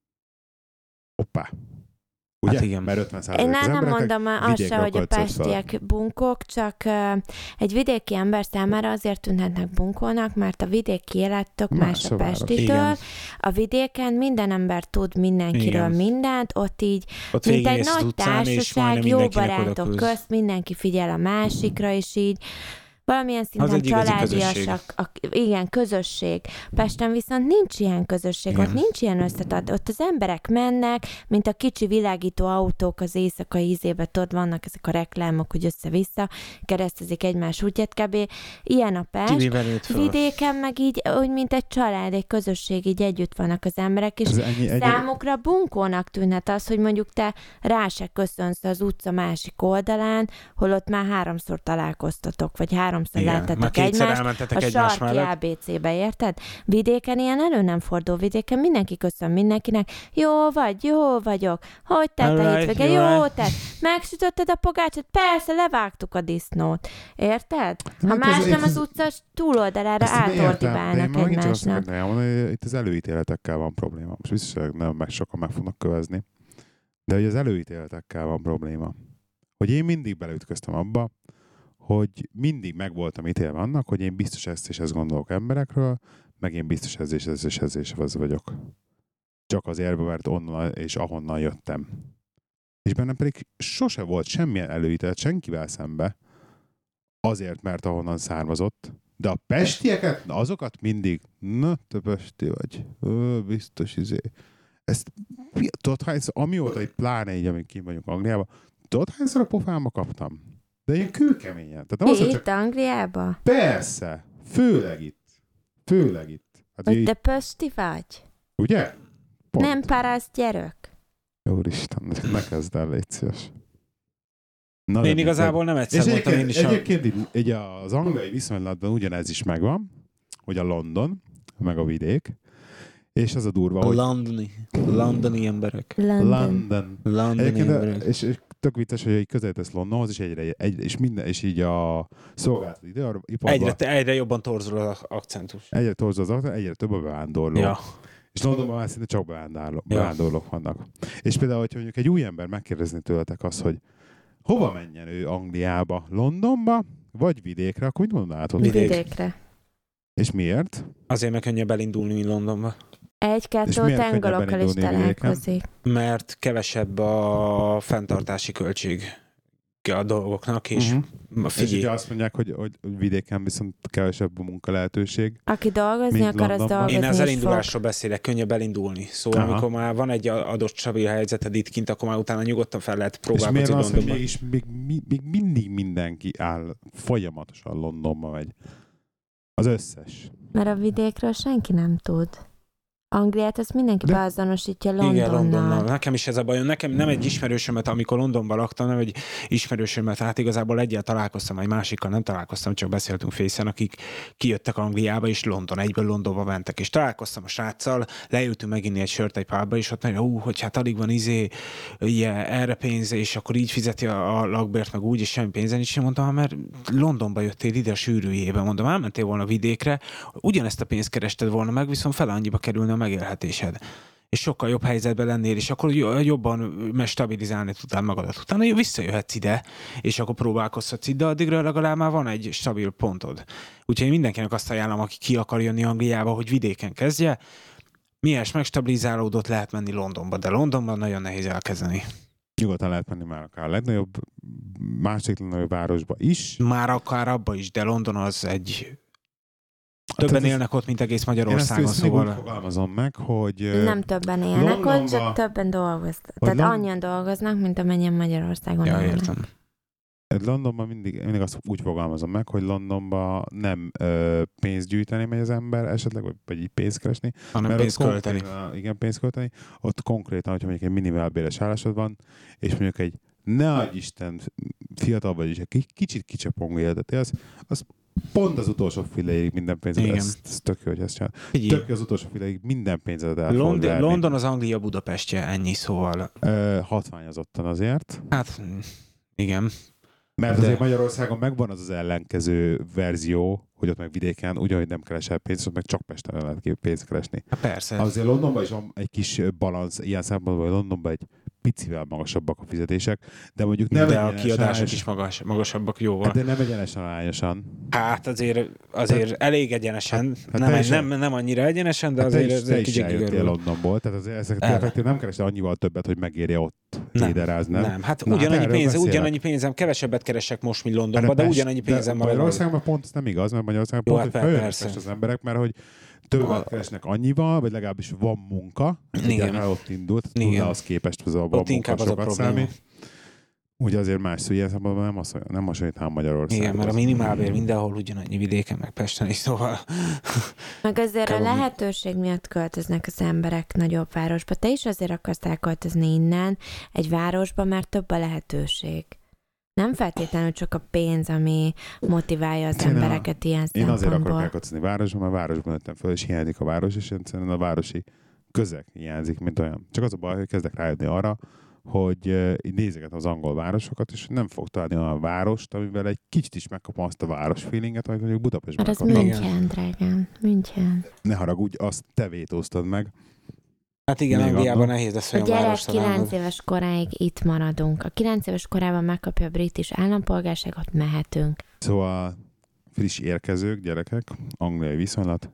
Hoppá! Ugye? Hát igen. Mert 50% én nem mondom azt se, hogy a pestiek bunkók, csak egy vidéki ember számára azért tűnhetnek bunkónak, mert a vidéki élet tök más a pestitől. Igen. A vidéken minden ember tud mindenkiről mindent, ott mint egy nagy társaság, jó barátok közt, mindenki figyel a másikra, és így valamilyen szinten családiasak. Igen, közösség. Pesten viszont nincs ilyen közösség, igen. Ott nincs ilyen összetart. Ott az emberek mennek, mint a kicsi világító autók az éjszakai ízébe, tudod, vannak ezek a reklámok, hogy össze-vissza keresztezik egymás útját kb. Ilyen a Pest. Vidéken meg így, úgy mint egy család, egy közösség, így együtt vannak az emberek, és számukra bunkónak tűnhet az, hogy mondjuk te rá se köszönsz az utca másik oldalán, holott már 3-szor találkoztatok, vagy 3-szor láttatok egymást a sarki ABC-be, érted? Vidéken ilyen elő nem fordul, vidéken mindenki köszön mindenkinek, jó vagyok, hogy tett a hétvége, jó tett, megsütötted a pogácsot, persze, levágtuk a disznót, érted? Ha más nem az utca túloldalára átordibálnak egymásnak. Itt az előítéletekkel van probléma. Most biztos, hogy nem sokan meg fognak kövezni. De hogy az előítéletekkel van probléma. Hogy én mindig beleütköztem abba, hogy mindig meg voltam ítélve annak, hogy én biztos ezt és ezt gondolok emberekről, meg én biztos ez és ez vagyok. Csak azért, mert onnan és ahonnan jöttem. És bennem pedig sose volt semmilyen előítélet senkivel szembe, azért, mert ahonnan származott. De a pestieket, azokat mindig, te pesti vagy, biztos Ezt tudod, amióta egy pláne így, amíg kint vagyunk Angliában, tudod, hányszor a pofámba kaptam? De ilyen kőkeményen. Itt Angliában? Persze. Főleg itt. Hát hogy te pösti vagy? Ugye? Pont. Nem parasz gyerek. Úristen, ne kezd el, légy szíves. Én igazából nem egyszer mondtam én is. Egyébként így az angliai viszonylatban ugyanez is megvan, hogy a London, meg a vidék, és az a durva, hogy... Londoni emberek. Londoni emberek. És tök vicces, hogy közelítesz Londonhoz, és így a szolgáltató iparban... Egyre jobban torzul az akcentus. Egyre torzul az akcentus, egyre több a bevándorló. Ja. És Londonban már szinte csak bevándorlók vannak. És például, hogyha mondjuk egy új ember megkérdezni tőletek azt, hogy hova menjen ő Angliába? Londonba, vagy vidékre? Akkor mit mondanátok? Vidékre. És miért? Azért meg könnyebb elindulni Londonba. 1-2 tengalokkal is találkozik. Mert kevesebb a fenntartási költség a dolgoknak, és és ugye azt mondják, hogy vidéken viszont kevesebb a munka lehetőség. Aki dolgozni akar, az dolgozni Én az elindulásról beszélek, könnyebb elindulni. Szóval amikor már van egy adott stabil helyzeted itt kint, akkor már utána nyugodtan fel lehet próbálkozni Londonban. És miért az, hogy még mindig mindenki áll, folyamatosan Londonba megy? Az összes. Mert a vidékről senki nem tud. Angliát azt mindenki beazonosítja Londonnal. Igen, Londonnal. Nekem is ez a bajom. Nekem nem egy ismerősömet, amikor Londonban laktam, nem egy ismerősömet, hát igazából egyel találkoztam, egy másikkal nem találkoztam, csak beszéltünk Facen, akik kijöttek Angliába, és egyből Londonba mentek. És találkoztam a sráccal, leültünk meginni egy sört egy pubba, és ott mondja, hogy hát alig van erre pénz, és akkor így fizeti a lakbért, meg úgy, és semmi pénzen nincs. Én mondtam, mert Londonba jöttél ide a sűrűjében, mondom, elmentél volna vidékre, ugyanezt a pénzt kerested volna meg, viszont fel annyiba kerülne a megélhetésed. És sokkal jobb helyzetben lennél, és akkor jobban stabilizálni tudtál magadat. Utána visszajöhetsz ide, és akkor próbálkozhatsz ide, addigra legalább már van egy stabil pontod. Úgyhogy én mindenkinek azt ajánlom, aki ki akar jönni Angliába, hogy vidéken kezdje. Miért megstabilizálódott, lehet menni Londonba, de Londonban nagyon nehéz elkezdeni. Nyugodtan lehet menni már akár a legnagyobb, másik legnagyobb városba is. Már akár abba is, de London az egy... Többen élnek ott, mint egész Magyarországon, szóval... Én fogalmazom meg, hogy... Nem többen élnek ott, csak többen dolgoznak. Tehát annyian dolgoznak, mint amennyien Magyarországon élnek. Értem. Londonban mindig azt úgy fogalmazom meg, hogy Londonban nem pénzt gyűjteni megy az ember esetleg, vagy így pénzt keresni. Hanem pénzt költeni. Igen, pénzt költeni. Ott konkrétan, hogyha mondjuk egy minimálbéres állásod van, és mondjuk egy ne adj Isten fiatal vagy is, egy kicsit kicsapongó életet élsz, az pont az utolsó filéig minden pénzedet, ez tök jó, hogy ezt csinál. Tök jó az utolsó filéig minden pénzedet el fogod verni. London az Anglia Budapestje, ennyi szóval. Hatványozottan azért. Hát, igen. Mert azért Magyarországon megvan az ellenkező verzió, hogy ott meg vidéken ugyanúgy nem keresel pénzt, ott meg csak Pesten lehet pénzt keresni. Hát persze. Azért Londonban is van egy kis balansz, ilyen szempontból, hogy Londonban egy picivel magasabbak a fizetések, de mondjuk nem de a kiadások is magasabbak jóval. De nem egyenesen arányosan. Hát azért elég egyenesen, nem annyira egyenesen, de azért egy kicsit eljöttél Londonból, tehát ezeket effektív nem keresel annyival többet, hogy megérje ott éderázni. Nem, hát ugyanannyi pénzem, kevesebbet keresek most, mint Londonban, de ugyanannyi pénzem marad. Magyarországban pont ez nem igaz, mert Magyarországon pont, hogy följössz az emberek, mert hogy többet keresnek annyival, vagy legalábbis van munka, ugye ott indult, az képest az a munka sokat számít. Ugye azért más szó, ilyen szempontból nem hasonlítám Magyarországon. Igen, mert a minimálbér mindenhol ugyanannyi vidéken, meg Pesten is, szóval... Meg azért a lehetőség miatt költöznek az emberek nagyobb városba. Te is azért akarsz elköltözni innen egy városba, mert több a lehetőség. Nem feltétlenül csak a pénz, ami motiválja az embereket ilyen szempontból. Én azért akarok elköltözni városba, mert városban nőttem föl, és hiányzik a város, és egyszerűen a városi közeg hiányzik, mint olyan. Csak az a baj, hogy kezdek rájönni arra, hogy így nézeket az angol városokat, és nem fog találni olyan várost, amivel egy kicsit is megkapom azt a város feelinget, amit mondjuk Budapestben megkapom. Az München, drágám. München. Ne haragudj, azt te vétóztad meg. Hát igen, Angliában nehéz lesz olyan város. A gyerek 9 éves koráig itt maradunk. A 9 éves korában megkapja a british állampolgárságot, mehetünk. Szóval friss érkezők, gyerekek, angliai viszonylat,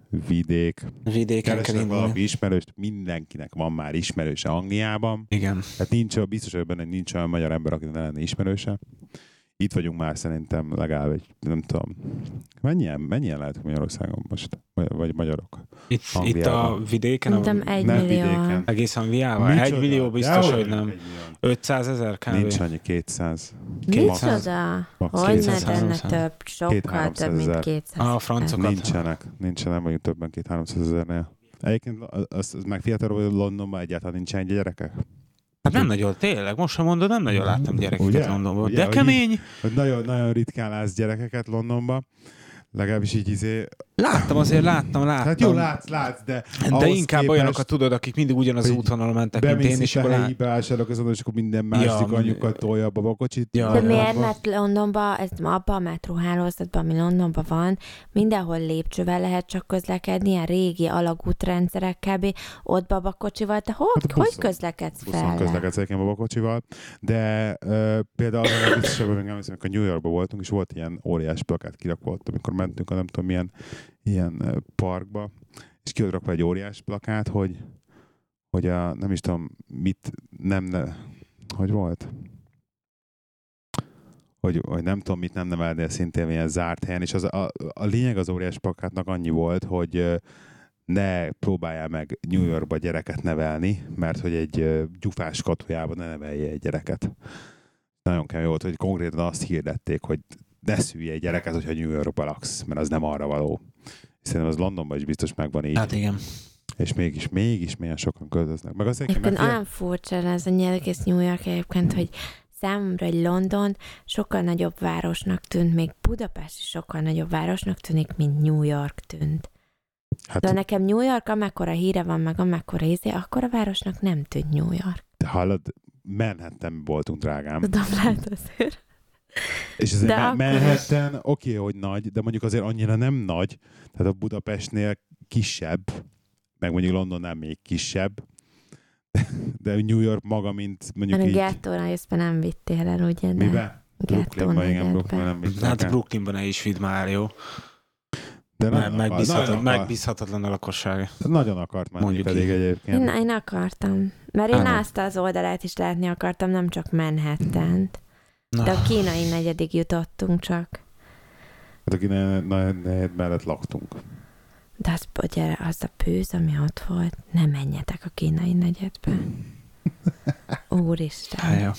vidéken kell indulni. Valaki ismerőst, mindenkinek van már ismerőse Angliában. Igen. Tehát biztos, hogy benne nincs olyan magyar ember, akinek ne lenne ismerőse. Itt vagyunk már szerintem legalább egy, nem tudom, mennyien lehet Magyarországon most? Vagy magyarok? Itt a vidéken? Nem 1 millió. Vidéken. Egész Angliában? 1 millió biztos, hogy nem. 500 000 kb. Nincs annyi, 200. Micsoda? Hogy ne lenne több? Sokkal több, mint 200. A francokat. Nincsenek, vagyunk többen 200-300 ezernél. Egyébként az meg fiatalról, hogy Londonban egyáltalán nincsen egy gyerekek. Hát nem nagyon, tényleg, most sem mondod, nem nagyon láttam gyerekeket Londonban. De kemény! Hogy nagyon ritkán látsz gyerekeket Londonban. Legalábbis így Láttam. Hát jó, látsz, de inkább képest... olyanokat tudod, akik mindig ugyanaz az útvonalon mentek, mint én, és akkor helyi bevásárolok azon, és akkor minden másik anyukat tolja a babakocsit. De miért? Mert Londonban, abban a metróhálózatban, ami Londonban van, mindenhol lépcsővel lehet csak közlekedni, ilyen régi alagútrendszerek kb. Ott babakocsival, te hogy közlekedsz fel? Buszon közlekedsz egyébként babakocsival, de például biztosan még emlékszem, amikor New Yorkban voltunk, és volt ilyen óriás plakát kirakva, amikor mentünk a nem tudom milyen ilyen parkba, és ki volt rakva egy óriás plakát, hogy nem is tudom, mit hogy volt? Hogy nem tudom, mit nem nevelnél szintén ilyen zárt helyen, és a lényeg az óriás plakátnak annyi volt, hogy ne próbáljál meg New Yorkba gyereket nevelni, mert hogy egy gyufás katojában ne nevelje egy gyereket. Nagyon kemény volt, hogy konkrétan azt hirdették, hogy ne szülj egy gyereket, hogyha New Yorkba laksz, mert az nem arra való. Szerintem az Londonban is biztos megvan így. Hát igen. És mégis milyen sokan költöznek. Meg az egyébként olyan furcsa ez a egész New York egyébként, hogy számomra egy London sokkal nagyobb városnak tűnt, még Budapest is sokkal nagyobb városnak tűnik, mint New York tűnt. Hát, de nekem New York, amekkora híre van, meg amekkora akkor a városnak nem tűnt New York. De hallod, Manhattan voltunk, drágám. Tudom, lehet azért. És azért Manhattan oké, hogy nagy, de mondjuk azért annyira nem nagy, tehát a Budapestnél kisebb, meg mondjuk Londonnál még kisebb, de New York maga, mint mondjuk így... A gettóra észben nem vittél el, ugye? Miben? Brooklynban, igen, Brooklynban nem vittél. Hát Brooklynban ne is vidd már, jó? De megbízhatatlan a lakosság. Nagyon akart menni pedig egyébként. Én akartam. Mert én azt az oldalát is látni akartam, nem csak Manhattant. De a kínai negyedik jutottunk csak. Hát a kínai negyed mellett laktunk. De az a pőz, ami ott volt, nem menjetek a kínai negyedbe. Úristen. Ja.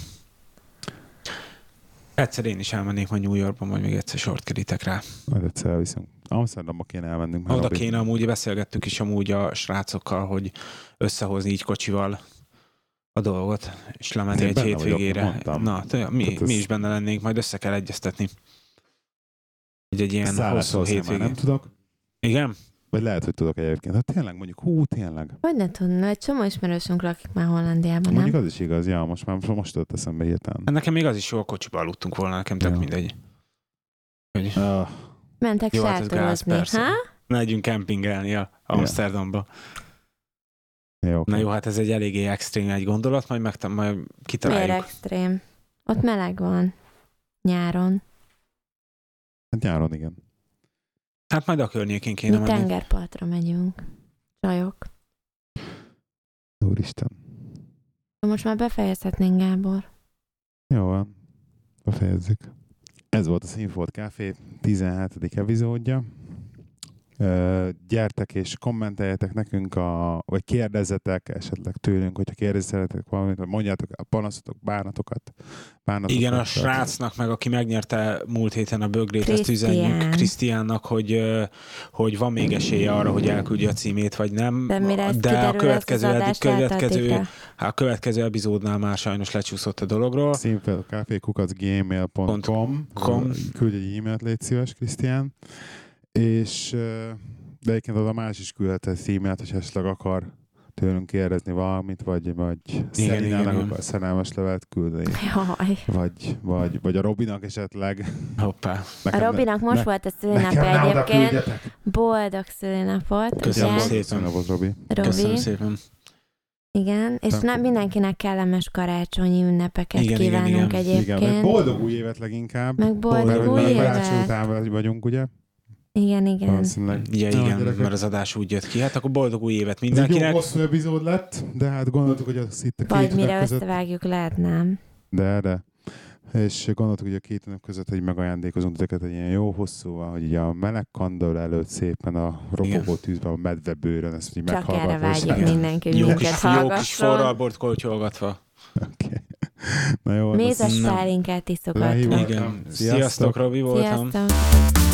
Egyszer én is elmennék majd New Yorkban, majd még egyszer sort kerítek rá. Majd egyszer elviszünk. Amsterdamba kéne elmennünk. Oda kéne, amúgy beszélgettük is amúgy a srácokkal, hogy összehozni így kocsival a dolgot, és lemenni egy hétvégére. Na, mi is benne lennénk, majd össze kell egyeztetni. Egy ilyen hosszú hétvégén. Nem tudok. Igen? Vagy lehet, hogy tudok egyébként. Hát tényleg, mondjuk, tényleg. Hogy ne tudna, egy csomó ismerősünk lakik már Hollandiában, mondjuk az is igaz, ja, most tört eszembe hirtelen. Nekem még az is jó, a kocsiba aludtunk volna, nekem tök mindegy. Mentek sátorozni, ha? Megyünk kempingelni a Amsterdamba. Jó, na jó, hát ez egy eléggé extrém egy gondolat, majd kitaláljuk. Miért extrém? Ott meleg van. Nyáron. Hát nyáron, igen. Hát majd a környékén kéne menni. Mi tengerpartra megyünk. Csajok. Úristen. Most már befejezhetnénk, Gábor. Jó van. Befejezzük. Ez volt a Színfolt Café 17. epizódja. Gyertek és kommenteljetek nekünk, vagy kérdezzetek esetleg tőlünk, hogyha kérdezzetek valamit, vagy mondjátok a panaszotok, bánatokat. Igen, a srácnak meg, aki megnyerte múlt héten a bögrét, ezt üzenjük Krisztiánnak, hogy van még esélye arra, hogy elküldje a címét, vagy nem. De a következő epizódnál már sajnos lecsúszott a dologról. színfelcafé@gmail.com Küldj egy e-mailt, légy szíves, Krisztián. És de egyébként oda más is küldhet e-mailt, hogy esetleg akar tőlünk kérdezni valamit, vagy Szelinának akar szerelmes levelet küldeni. Vagy a Robinak esetleg. Hoppá. A Robinak most volt a szülinapja egyébként. Boldog szülinapot. Köszönöm szépen. Robi. Köszönöm szépen. Igen, és mindenkinek kellemes karácsonyi ünnepeket kívánunk egyébként. Igen, meg boldog új évet leginkább. Meg boldog új évet. Karácsony után vagyunk, ugye? Igen. Igen, mert az adás úgy jött ki. Hát akkor boldog új évet mindenkinek. Ez egy jó hosszú epizód lett, de hát gondoltuk, hogy az itt a vagy mire összevágjuk, lehet nem. De. És gondoltuk, hogy a két ünnep között, hogy megajándékozunk titeket egy ilyen jó hosszúval, hogy ugye a meleg kandall előtt szépen a robogó tűzben, a medvebőrön, ezt így meghallgatva. Csak erre vágyjuk mindenki, hogy minket hallgasson. Jó kis forralbort kortyolgatva. Oké. Na jó. Mézes szálinkát iszogatva. Igen. Sziasztok, Robi voltam. Sziasztok.